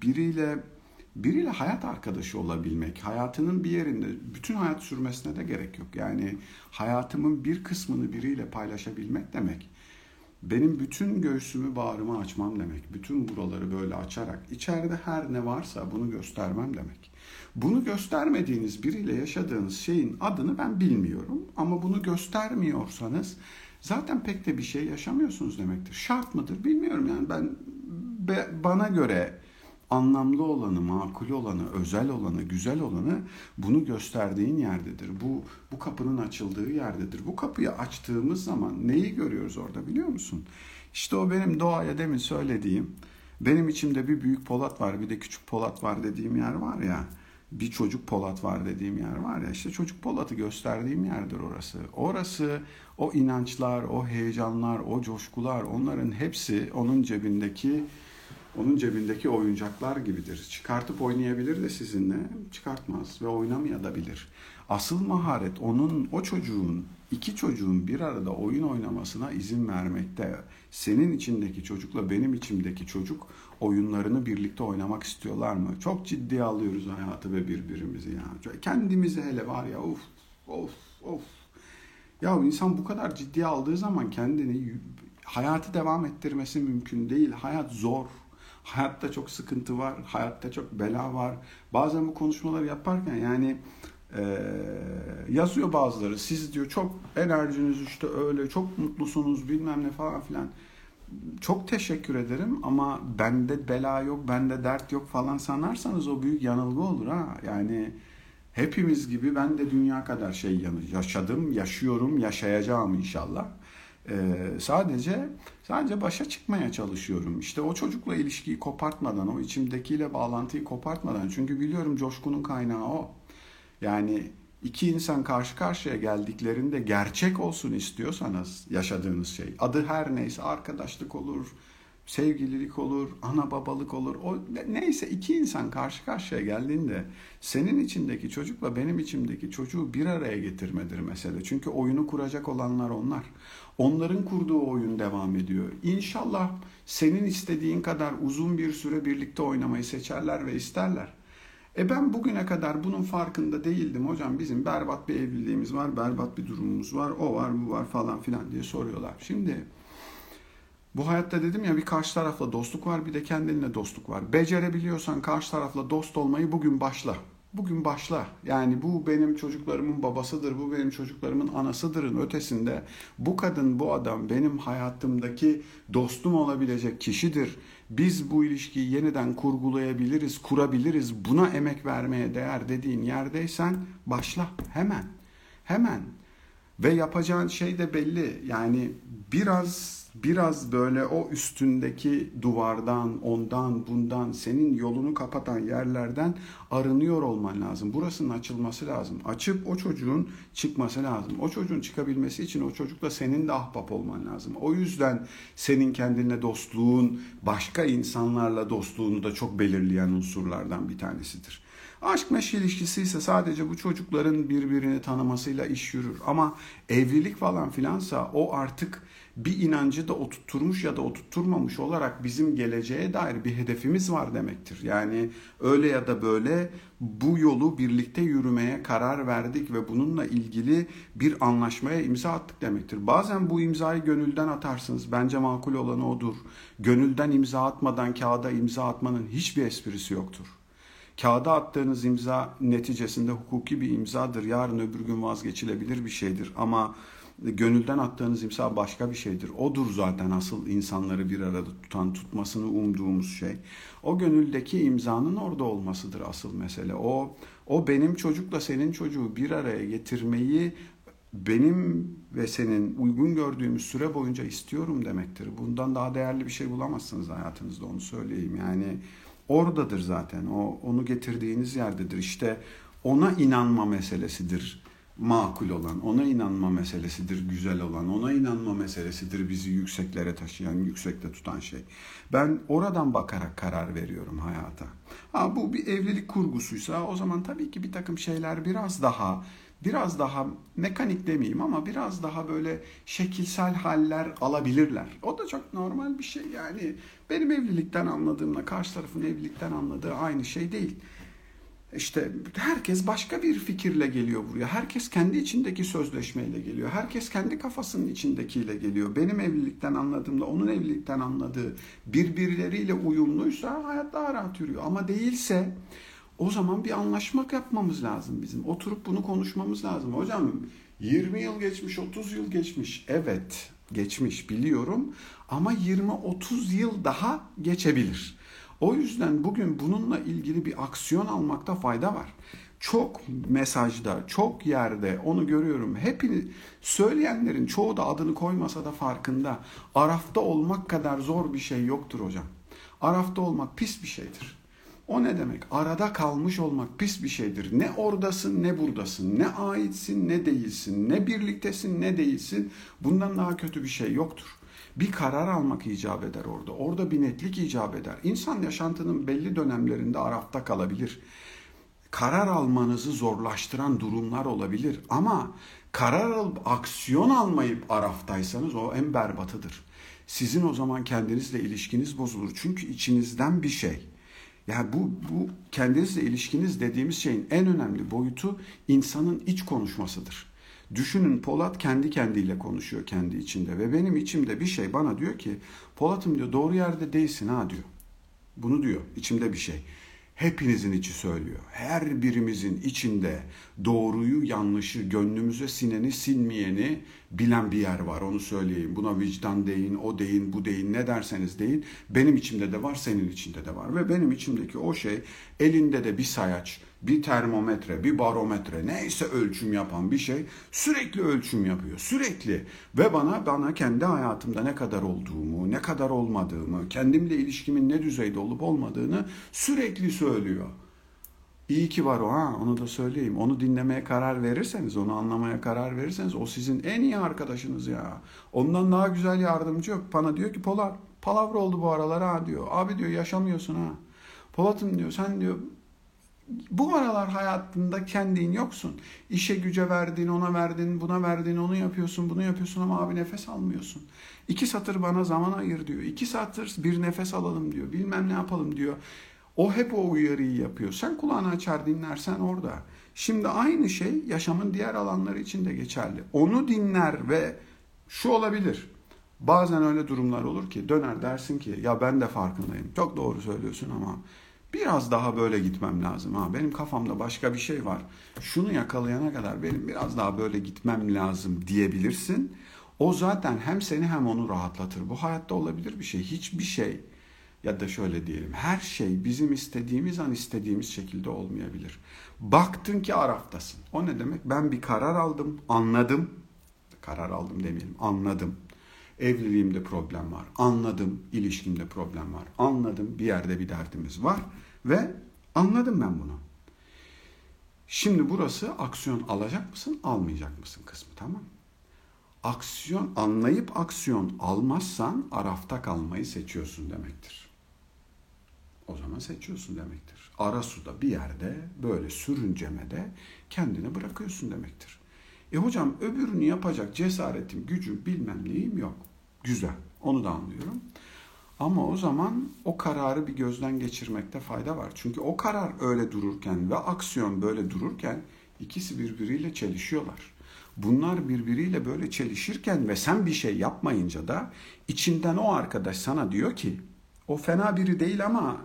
biriyle hayat arkadaşı olabilmek, hayatının bir yerinde bütün hayat sürmesine de gerek yok. Yani hayatımın bir kısmını biriyle paylaşabilmek demek, benim bütün göğsümü bağrımı açmam demek. Bütün buraları böyle açarak içeride her ne varsa bunu göstermem demek. Bunu göstermediğiniz biriyle yaşadığınız şeyin adını ben bilmiyorum. Ama bunu göstermiyorsanız zaten pek de bir şey yaşamıyorsunuz demektir. Şart mıdır bilmiyorum. Yani bana göre anlamlı olanı, makul olanı, özel olanı, güzel olanı bunu gösterdiğin yerdedir. Bu kapının açıldığı yerdedir. Bu kapıyı açtığımız zaman neyi görüyoruz orada biliyor musun? İşte o benim doğaya demin söylediğim, benim içimde bir büyük Polat var, bir de küçük Polat var dediğim yer var ya, bir çocuk Polat var dediğim yer var ya, işte çocuk Polat'ı gösterdiğim yerdir orası. Orası o inançlar, o heyecanlar, o coşkular, onların hepsi onun cebindeki oyuncaklar gibidir. Çıkartıp oynayabilir de sizinle, çıkartmaz ve oynamayabilir. Asıl maharet o çocuğun, iki çocuğun bir arada oyun oynamasına izin vermekte. Senin içindeki çocukla benim içimdeki çocuk oyunlarını birlikte oynamak istiyorlar mı? Çok ciddiye alıyoruz hayatı ve birbirimizi ya. Kendimizi hele var ya, of of of. Ya insan bu kadar ciddiye aldığı zaman kendini, hayatı devam ettirmesi mümkün değil. Hayat zor. Hayatta çok sıkıntı var. Hayatta çok bela var. Bazen bu konuşmaları yaparken yani yazıyor bazıları. Siz diyor çok enerjiniz işte öyle, çok mutlusunuz bilmem ne falan filan. Çok teşekkür ederim ama bende bela yok, bende dert yok falan sanarsanız o büyük yanılgı olur ha. Yani hepimiz gibi ben de dünya kadar şey yaşadım, yaşıyorum, yaşayacağım inşallah. Sadece başa çıkmaya çalışıyorum. İşte o çocukla ilişkiyi kopartmadan, o içimdekiyle bağlantıyı kopartmadan. Çünkü biliyorum coşkunun kaynağı o. Yani iki insan karşı karşıya geldiklerinde gerçek olsun istiyorsanız yaşadığınız şey, adı her neyse, arkadaşlık olur, sevgililik olur, ana babalık olur. O neyse, iki insan karşı karşıya geldiğinde senin içindeki çocukla benim içimdeki çocuğu bir araya getirmedir mesele. Çünkü oyunu kuracak olanlar onlar. Onların kurduğu oyun devam ediyor. İnşallah senin istediğin kadar uzun bir süre birlikte oynamayı seçerler ve isterler. Ben bugüne kadar bunun farkında değildim hocam. Bizim berbat bir evliliğimiz var, berbat bir durumumuz var, o var, bu var falan filan diye soruyorlar. Şimdi bu hayatta dedim ya, bir karşı tarafla dostluk var, bir de kendinle dostluk var. Becerebiliyorsan karşı tarafla dost olmayı bugün başla. Bugün başla. Yani bu benim çocuklarımın babasıdır, bu benim çocuklarımın anasıdırın ötesinde bu kadın, bu adam benim hayatımdaki dostum olabilecek kişidir. Biz bu ilişkiyi yeniden kurgulayabiliriz, kurabiliriz. Buna emek vermeye değer dediğin yerdeysen başla hemen. Hemen. Ve yapacağın şey de belli. Yani biraz böyle o üstündeki duvardan, ondan, bundan, senin yolunu kapatan yerlerden arınıyor olman lazım. Burasının açılması lazım. Açıp o çocuğun çıkması lazım. O çocuğun çıkabilmesi için o çocukla senin de ahbap olman lazım. O yüzden senin kendinle dostluğun, başka insanlarla dostluğunu da çok belirleyen unsurlardan bir tanesidir. Aşk meşk ilişkisi ise sadece bu çocukların birbirini tanımasıyla iş yürür. Ama evlilik falan filansa o artık bir inancı da oturtturmuş ya da oturtturmamış olarak bizim geleceğe dair bir hedefimiz var demektir. Yani öyle ya da böyle bu yolu birlikte yürümeye karar verdik ve bununla ilgili bir anlaşmaya imza attık demektir. Bazen bu imzayı gönülden atarsınız. Bence makul olanı odur. Gönülden imza atmadan kağıda imza atmanın hiçbir esprisi yoktur. Kağıda attığınız imza neticesinde hukuki bir imzadır. Yarın öbür gün vazgeçilebilir bir şeydir. Ama gönülden attığınız imza başka bir şeydir. Odur zaten asıl insanları bir arada tutan, tutmasını umduğumuz şey. O gönüldeki imzanın orada olmasıdır asıl mesele. O benim çocukla senin çocuğu bir araya getirmeyi benim ve senin uygun gördüğümüz süre boyunca istiyorum demektir. Bundan daha değerli bir şey bulamazsınız hayatınızda, onu söyleyeyim. Yani oradadır zaten. Onu getirdiğiniz yerdedir. İşte ona inanma meselesidir makul olan. Ona inanma meselesidir güzel olan. Ona inanma meselesidir bizi yükseklere taşıyan, yüksekte tutan şey. Ben oradan bakarak karar veriyorum hayata. Bu bir evlilik kurgusuysa o zaman tabii ki bir takım şeyler biraz daha mekanik demeyeyim ama biraz daha böyle şekilsel haller alabilirler. O da çok normal bir şey yani. Benim evlilikten anladığımla karşı tarafın evlilikten anladığı aynı şey değil. İşte herkes başka bir fikirle geliyor buraya. Herkes kendi içindeki sözleşmeyle geliyor. Herkes kendi kafasının içindekiyle geliyor. Benim evlilikten anladığımla onun evlilikten anladığı birbirleriyle uyumluysa hayat daha rahat yürüyor. Ama değilse o zaman bir anlaşmak yapmamız lazım bizim. Oturup bunu konuşmamız lazım. Hocam 20 yıl geçmiş, 30 yıl geçmiş. Evet, geçmiş biliyorum ama 20-30 yıl daha geçebilir. O yüzden bugün bununla ilgili bir aksiyon almakta fayda var. Çok mesajda, çok yerde onu görüyorum. Hepini söyleyenlerin çoğu da adını koymasa da farkında. Arafta olmak kadar zor bir şey yoktur hocam. Arafta olmak pis bir şeydir. O ne demek? Arada kalmış olmak pis bir şeydir. Ne oradasın ne buradasın. Ne aitsin ne değilsin. Ne birliktesin ne değilsin. Bundan daha kötü bir şey yoktur. Bir karar almak icap eder orada. Orada bir netlik icap eder. İnsan yaşantının belli dönemlerinde arafta kalabilir. karar almanızı zorlaştıran durumlar olabilir. Ama karar alıp aksiyon almayıp araftaysanız o en berbatıdır. Sizin o zaman kendinizle ilişkiniz bozulur. Çünkü içinizden bir şey. Yani bu kendinizle ilişkiniz dediğimiz şeyin en önemli boyutu insanın iç konuşmasıdır. Düşünün, Polat kendi kendiyle konuşuyor kendi içinde ve benim içimde bir şey bana diyor ki Polat'ım diyor doğru yerde değilsin ha diyor. Bunu diyor içimde bir şey. Hepinizin içi söylüyor. Her birimizin içinde doğruyu, yanlışı, gönlümüze sineni, sinmeyeni bilen bir yer var. Onu söyleyeyim. Buna vicdan deyin, o deyin, bu deyin, ne derseniz deyin. Benim içimde de var, senin içinde de var. Ve benim içimdeki o şey elinde de bir sayaç, bir termometre, bir barometre, neyse ölçüm yapan bir şey sürekli ölçüm yapıyor. Sürekli. Ve bana kendi hayatımda ne kadar olduğumu, ne kadar olmadığımı, kendimle ilişkimin ne düzeyde olup olmadığını sürekli söylüyor. İyi ki var o ha, onu da söyleyeyim. Onu dinlemeye karar verirseniz, onu anlamaya karar verirseniz o sizin en iyi arkadaşınız ya. Ondan daha güzel yardımcı yok. Bana diyor ki Polat, palavra oldu bu aralar ha diyor. Abi diyor yaşamıyorsun ha. Polat'ım diyor sen diyor bu aralar hayatında kendin yoksun. İşe güce verdin, ona verdin, buna verdin, onu yapıyorsun, bunu yapıyorsun ama abi nefes almıyorsun. 2 satır bana zaman ayır diyor. 2 satır bir nefes alalım diyor. Bilmem ne yapalım diyor. O hep o uyarıyı yapıyor. Sen kulağını açar dinlersen orada. Şimdi aynı şey yaşamın diğer alanları için de geçerli. Onu dinler ve şu olabilir. Bazen öyle durumlar olur ki döner dersin ki ya ben de farkındayım. Çok doğru söylüyorsun ama biraz daha böyle gitmem lazım. Ha, benim kafamda başka bir şey var. Şunu yakalayana kadar benim biraz daha böyle gitmem lazım diyebilirsin. O zaten hem seni hem onu rahatlatır. Bu hayatta olabilir bir şey. Hiçbir şey ya da şöyle diyelim her şey bizim istediğimiz an istediğimiz şekilde olmayabilir. Baktın ki araftasın. O ne demek? Ben bir karar aldım, anladım. Karar aldım demeyelim, anladım. Evliliğimde problem var. Anladım, ilişkimde problem var. Anladım, bir yerde bir derdimiz var. Ve anladım ben bunu. Şimdi burası aksiyon alacak mısın, almayacak mısın kısmı, tamam. Aksiyon anlayıp aksiyon almazsan arafta kalmayı seçiyorsun demektir. O zaman seçiyorsun demektir. Ara suda bir yerde böyle sürüncemede kendini bırakıyorsun demektir. Hocam öbürünü yapacak cesaretim, gücüm bilmem neyim yok. Güzel, onu da anlıyorum. Ama o zaman o kararı bir gözden geçirmekte fayda var. Çünkü o karar öyle dururken ve aksiyon böyle dururken ikisi birbiriyle çelişiyorlar. Bunlar birbiriyle böyle çelişirken ve sen bir şey yapmayınca da içinden o arkadaş sana diyor ki o fena biri değil ama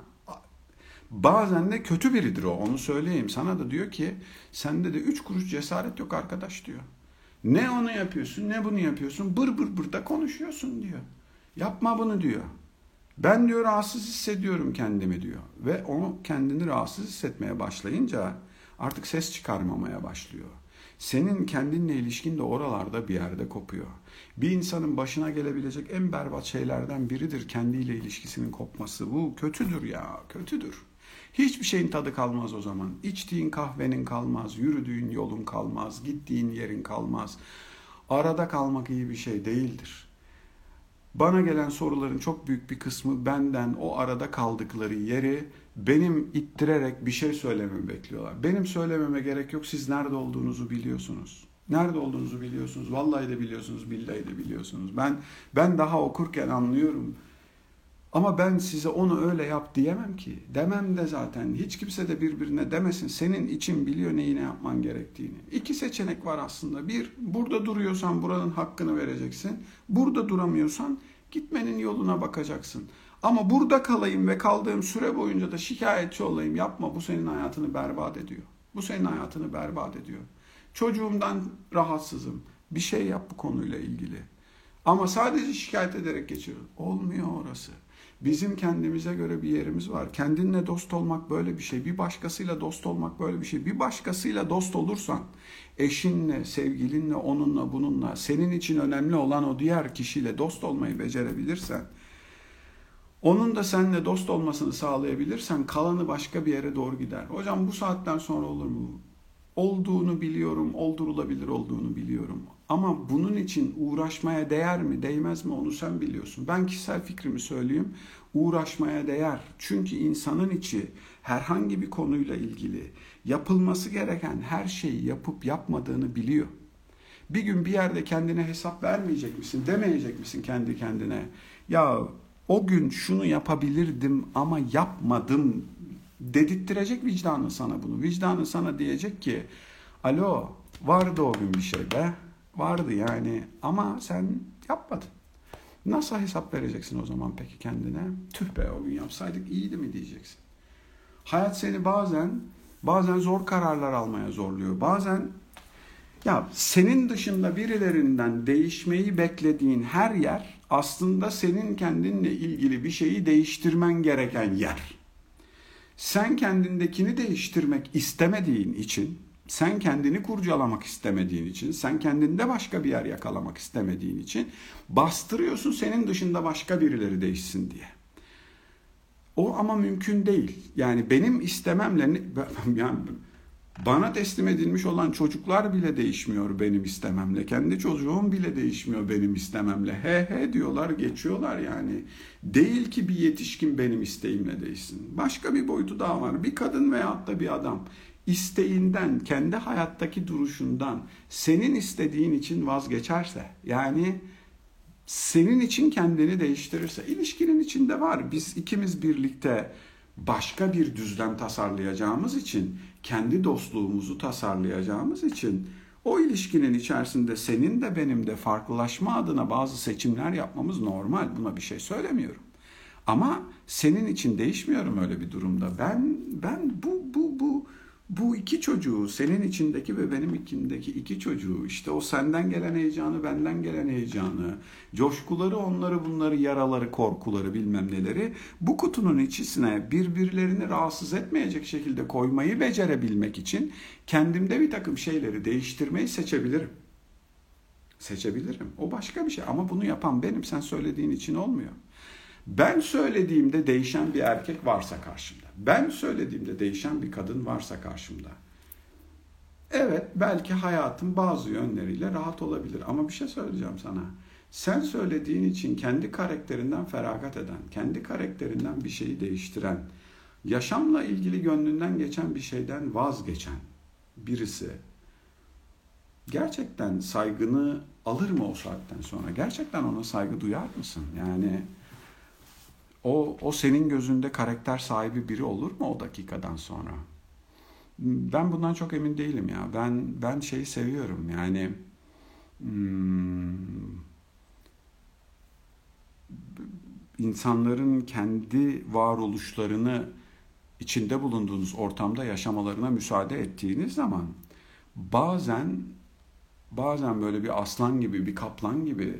bazen de kötü biridir o, onu söyleyeyim. Sana da diyor ki sende de 3 kuruş cesaret yok arkadaş diyor. Ne onu yapıyorsun ne bunu yapıyorsun, bır bır bır da konuşuyorsun diyor. Yapma bunu diyor. Ben diyor rahatsız hissediyorum kendimi diyor. Ve o kendini rahatsız hissetmeye başlayınca artık ses çıkarmamaya başlıyor. Senin kendinle ilişkin de oralarda bir yerde kopuyor. Bir insanın başına gelebilecek en berbat şeylerden biridir kendiyle ilişkisinin kopması. Bu kötüdür ya, kötüdür. Hiçbir şeyin tadı kalmaz o zaman. İçtiğin kahvenin kalmaz, yürüdüğün yolun kalmaz, gittiğin yerin kalmaz. Arada kalmak iyi bir şey değildir. Bana gelen soruların çok büyük bir kısmı benden o arada kaldıkları yeri benim ittirerek bir şey söylememi bekliyorlar. Benim söylememe gerek yok. Siz nerede olduğunuzu biliyorsunuz. Nerede olduğunuzu biliyorsunuz. Vallahi de biliyorsunuz, billahi de biliyorsunuz. Ben daha okurken anlıyorum. Ama ben size onu öyle yap diyemem ki. Demem de zaten. Hiç kimse de birbirine demesin. Senin için biliyor neyi ne yapman gerektiğini. 2 seçenek var aslında. Bir, burada duruyorsan buranın hakkını vereceksin. Burada duramıyorsan gitmenin yoluna bakacaksın. Ama burada kalayım ve kaldığım süre boyunca da şikayetçi olayım. Yapma, bu senin hayatını berbat ediyor. Bu senin hayatını berbat ediyor. Çocuğumdan rahatsızım. Bir şey yap bu konuyla ilgili. Ama sadece şikayet ederek geçiyor. Olmuyor orası. Bizim kendimize göre bir yerimiz var. Kendinle dost olmak böyle bir şey. Bir başkasıyla dost olmak böyle bir şey. Bir başkasıyla dost olursan, eşinle, sevgilinle, onunla, bununla, senin için önemli olan o diğer kişiyle dost olmayı becerebilirsen, onun da seninle dost olmasını sağlayabilirsen, kalanı başka bir yere doğru gider. Hocam bu saatten sonra olur mu? Olduğunu biliyorum, oldurulabilir olduğunu biliyorum. Ama bunun için uğraşmaya değer mi, değmez mi onu sen biliyorsun. Ben kişisel fikrimi söyleyeyim. Uğraşmaya değer. Çünkü insanın içi herhangi bir konuyla ilgili yapılması gereken her şeyi yapıp yapmadığını biliyor. Bir gün bir yerde kendine hesap vermeyecek misin, demeyecek misin kendi kendine? Ya o gün şunu yapabilirdim ama yapmadım dedirttirecek vicdanın sana bunu. Vicdanın sana diyecek ki, alo, vardı o gün bir şey be, vardı yani ama sen yapmadın. Nasıl hesap vereceksin o zaman peki kendine? Tüh be, o gün yapsaydık iyiydi mi diyeceksin. Hayat seni bazen zor kararlar almaya zorluyor. Bazen ya senin dışında birilerinden değişmeyi beklediğin her yer aslında senin kendinle ilgili bir şeyi değiştirmen gereken yer. Sen kendindekini değiştirmek istemediğin için, sen kendini kurcalamak istemediğin için, sen kendinde başka bir yer yakalamak istemediğin için bastırıyorsun senin dışında başka birileri değişsin diye. O ama mümkün değil. Yani benim istememle, yani bana teslim edilmiş olan çocuklar bile değişmiyor benim istememle. Kendi çocuğum bile değişmiyor benim istememle. He he diyorlar, geçiyorlar yani. Değil ki bir yetişkin benim isteğimle değişsin. Başka bir boyutu daha var. Bir kadın veyahut da bir adam isteğinden, kendi hayattaki duruşundan senin istediğin için vazgeçerse, yani senin için kendini değiştirirse, ilişkinin içinde var. Biz ikimiz birlikte başka bir düzlem tasarlayacağımız için, kendi dostluğumuzu tasarlayacağımız için o ilişkinin içerisinde senin de benim de farklılaşma adına bazı seçimler yapmamız normal. Buna bir şey söylemiyorum. Ama senin için değişmiyorum öyle bir durumda. Ben bu iki çocuğu, senin içindeki ve benim içimdeki iki çocuğu, işte o senden gelen heyecanı, benden gelen heyecanı, coşkuları, onları bunları, yaraları, korkuları, bilmem neleri bu kutunun içine birbirlerini rahatsız etmeyecek şekilde koymayı becerebilmek için kendimde bir takım şeyleri değiştirmeyi seçebilirim. Seçebilirim. O başka bir şey ama bunu yapan benim, sen söylediğin için olmuyor. Ben söylediğimde değişen bir erkek varsa karşımda, ben söylediğimde değişen bir kadın varsa karşımda, evet belki hayatım bazı yönleriyle rahat olabilir ama bir şey söyleyeceğim sana. Sen söylediğin için kendi karakterinden feragat eden, kendi karakterinden bir şeyi değiştiren, yaşamla ilgili gönlünden geçen bir şeyden vazgeçen birisi gerçekten saygını alır mı o saatten sonra? Gerçekten ona saygı duyar mısın? Yani o senin gözünde karakter sahibi biri olur mu o dakikadan sonra? Ben bundan çok emin değilim ya. Ben şeyi seviyorum yani insanların kendi varoluşlarını içinde bulunduğunuz ortamda yaşamalarına müsaade ettiğiniz zaman bazen böyle bir aslan gibi, bir kaplan gibi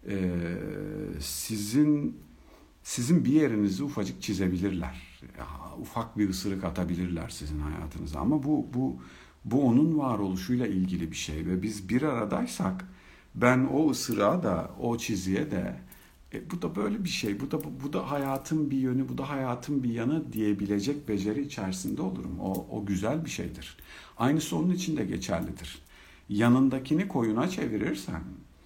sizin bir yerinizi ufacık çizebilirler. Ya, ufak bir ısırık atabilirler sizin hayatınıza. Ama bu onun varoluşuyla ilgili bir şey ve biz bir aradaysak ben o ısırığa da o çizgiye de bu da böyle bir şey. Bu da hayatın bir yönü, bu da hayatın bir yanı diyebilecek beceri içerisinde olurum. O güzel bir şeydir. Aynısı onun için de geçerlidir. Yanındakini koyuna çevirirsen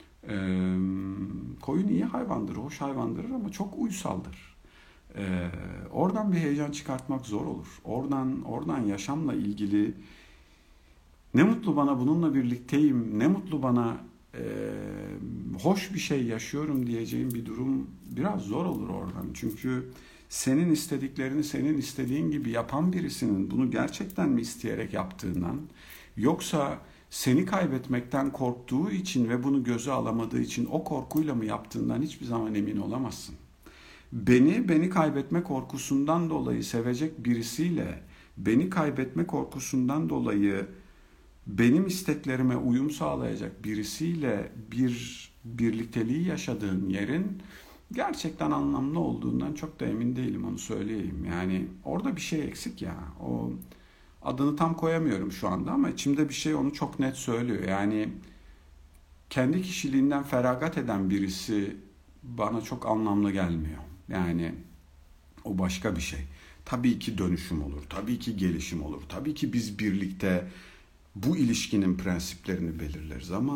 koyun iyi hayvandır, hoş hayvandır ama çok uysaldır. Oradan bir heyecan çıkartmak zor olur. Oradan yaşamla ilgili ne mutlu bana bununla birlikteyim, ne mutlu bana hoş bir şey yaşıyorum diyeceğim bir durum biraz zor olur oradan. Çünkü senin istediklerini senin istediğin gibi yapan birisinin bunu gerçekten mi isteyerek yaptığından, yoksa seni kaybetmekten korktuğu için ve bunu göze alamadığı için o korkuyla mı yaptığından hiçbir zaman emin olamazsın. Beni kaybetme korkusundan dolayı sevecek birisiyle, beni kaybetme korkusundan dolayı benim isteklerime uyum sağlayacak birisiyle bir birlikteliği yaşadığın yerin gerçekten anlamlı olduğundan çok da emin değilim, onu söyleyeyim. Yani orada bir şey eksik ya. O adını tam koyamıyorum şu anda ama içimde bir şey onu çok net söylüyor. Yani kendi kişiliğinden feragat eden birisi bana çok anlamlı gelmiyor. Yani o başka bir şey. Tabii ki dönüşüm olur, tabii ki gelişim olur, tabii ki biz birlikte bu ilişkinin prensiplerini belirleriz ama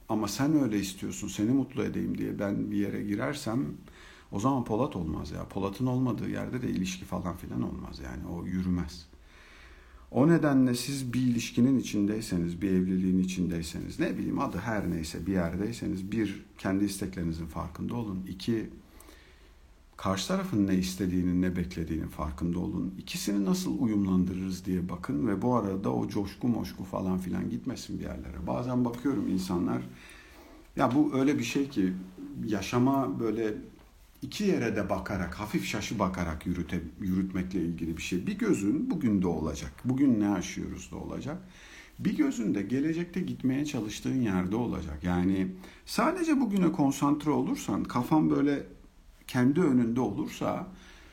Ama sen öyle istiyorsun, seni mutlu edeyim diye ben bir yere girersem o zaman Polat olmaz ya. Polat'ın olmadığı yerde de ilişki falan filan olmaz yani, o yürümez. O nedenle siz bir ilişkinin içindeyseniz, bir evliliğin içindeyseniz, ne bileyim adı her neyse bir yerdeyseniz, bir, kendi isteklerinizin farkında olun. İki, karşı tarafın ne istediğinin, ne beklediğinin farkında olun. İkisini nasıl uyumlandırırız diye bakın ve bu arada o coşku moşku falan filan gitmesin bir yerlere. Bazen bakıyorum insanlar, ya bu öyle bir şey ki yaşama böyle iki yere de bakarak, hafif şaşı bakarak yürütmekle ilgili bir şey. Bir gözün bugün de olacak, bugün ne yaşıyoruz da olacak. Bir gözün de gelecekte gitmeye çalıştığın yerde olacak. Yani sadece bugüne konsantre olursan, kafan böyle kendi önünde olursa,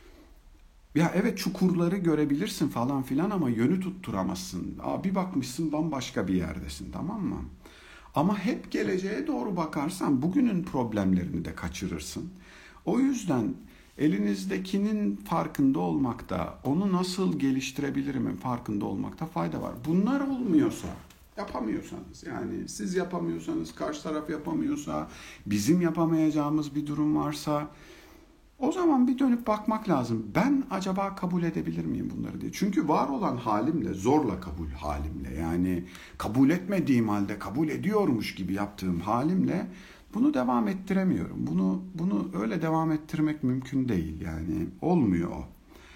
ya evet çukurları görebilirsin falan filan ama yönü tutturamazsın. Bir bakmışsın bambaşka bir yerdesin, tamam mı? Ama hep geleceğe doğru bakarsan bugünün problemlerini de kaçırırsın. O yüzden elinizdekinin farkında olmakta, onu nasıl geliştirebilirimin farkında olmakta fayda var. Bunlar olmuyorsa, yapamıyorsanız, yani siz yapamıyorsanız, karşı taraf yapamıyorsa, bizim yapamayacağımız bir durum varsa, o zaman bir dönüp bakmak lazım. Ben acaba kabul edebilir miyim bunları diye. Çünkü var olan halimle, zorla kabul halimle, yani kabul etmediğim halde kabul ediyormuş gibi yaptığım halimle bunu devam ettiremiyorum. Bunu öyle devam ettirmek mümkün değil. Yani olmuyor o.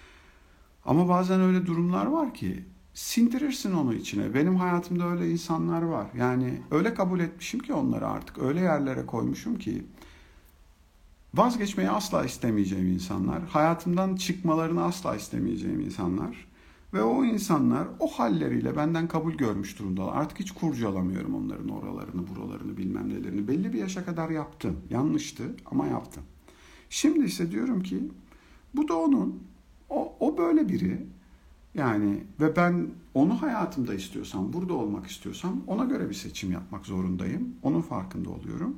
Ama bazen öyle durumlar var ki sindirirsin onu içine. Benim hayatımda öyle insanlar var. Yani öyle kabul etmişim ki onları artık. Öyle yerlere koymuşum ki vazgeçmeyi asla istemeyeceğim insanlar, hayatımdan çıkmalarını asla istemeyeceğim insanlar ve o insanlar o halleriyle benden kabul görmüş durumdalar. Artık hiç kurcalamıyorum onların oralarını, buralarını, bilmem nelerini. Belli bir yaşa kadar yaptım. Yanlıştı ama yaptım. Şimdi ise diyorum ki bu da onun, o böyle biri. Yani ve ben onu hayatımda istiyorsam, burada olmak istiyorsam ona göre bir seçim yapmak zorundayım. Onun farkında oluyorum.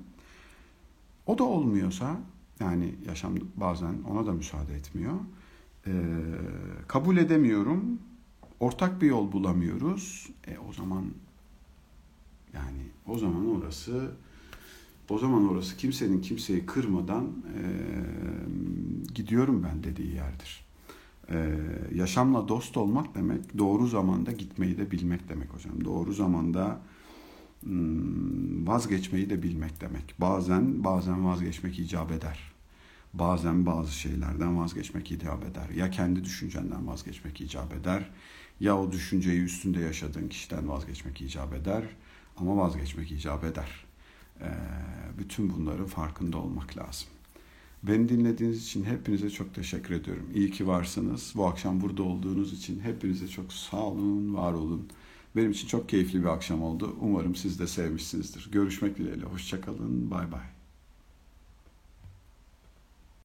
O da olmuyorsa, yani yaşam bazen ona da müsaade etmiyor. Kabul edemiyorum. Ortak bir yol bulamıyoruz. O zaman yani o zaman orası kimsenin kimseyi kırmadan gidiyorum ben dediği yerdir. Yaşamla dost olmak demek, doğru zamanda gitmeyi de bilmek demek hocam. Doğru zamanda vazgeçmeyi de bilmek demek. Bazen vazgeçmek icap eder. Bazen bazı şeylerden vazgeçmek icap eder. Ya kendi düşüncenden vazgeçmek icap eder, ya o düşünceyi üstünde yaşadığın kişiden vazgeçmek icap eder. Ama vazgeçmek icap eder. Bütün bunların farkında olmak lazım. Beni dinlediğiniz için hepinize çok teşekkür ediyorum. İyi ki varsınız. Bu akşam burada olduğunuz için hepinize çok sağ olun, var olun. Benim için çok keyifli bir akşam oldu. Umarım siz de sevmişsinizdir. Görüşmek dileğiyle. Hoşça kalın. Bay bay.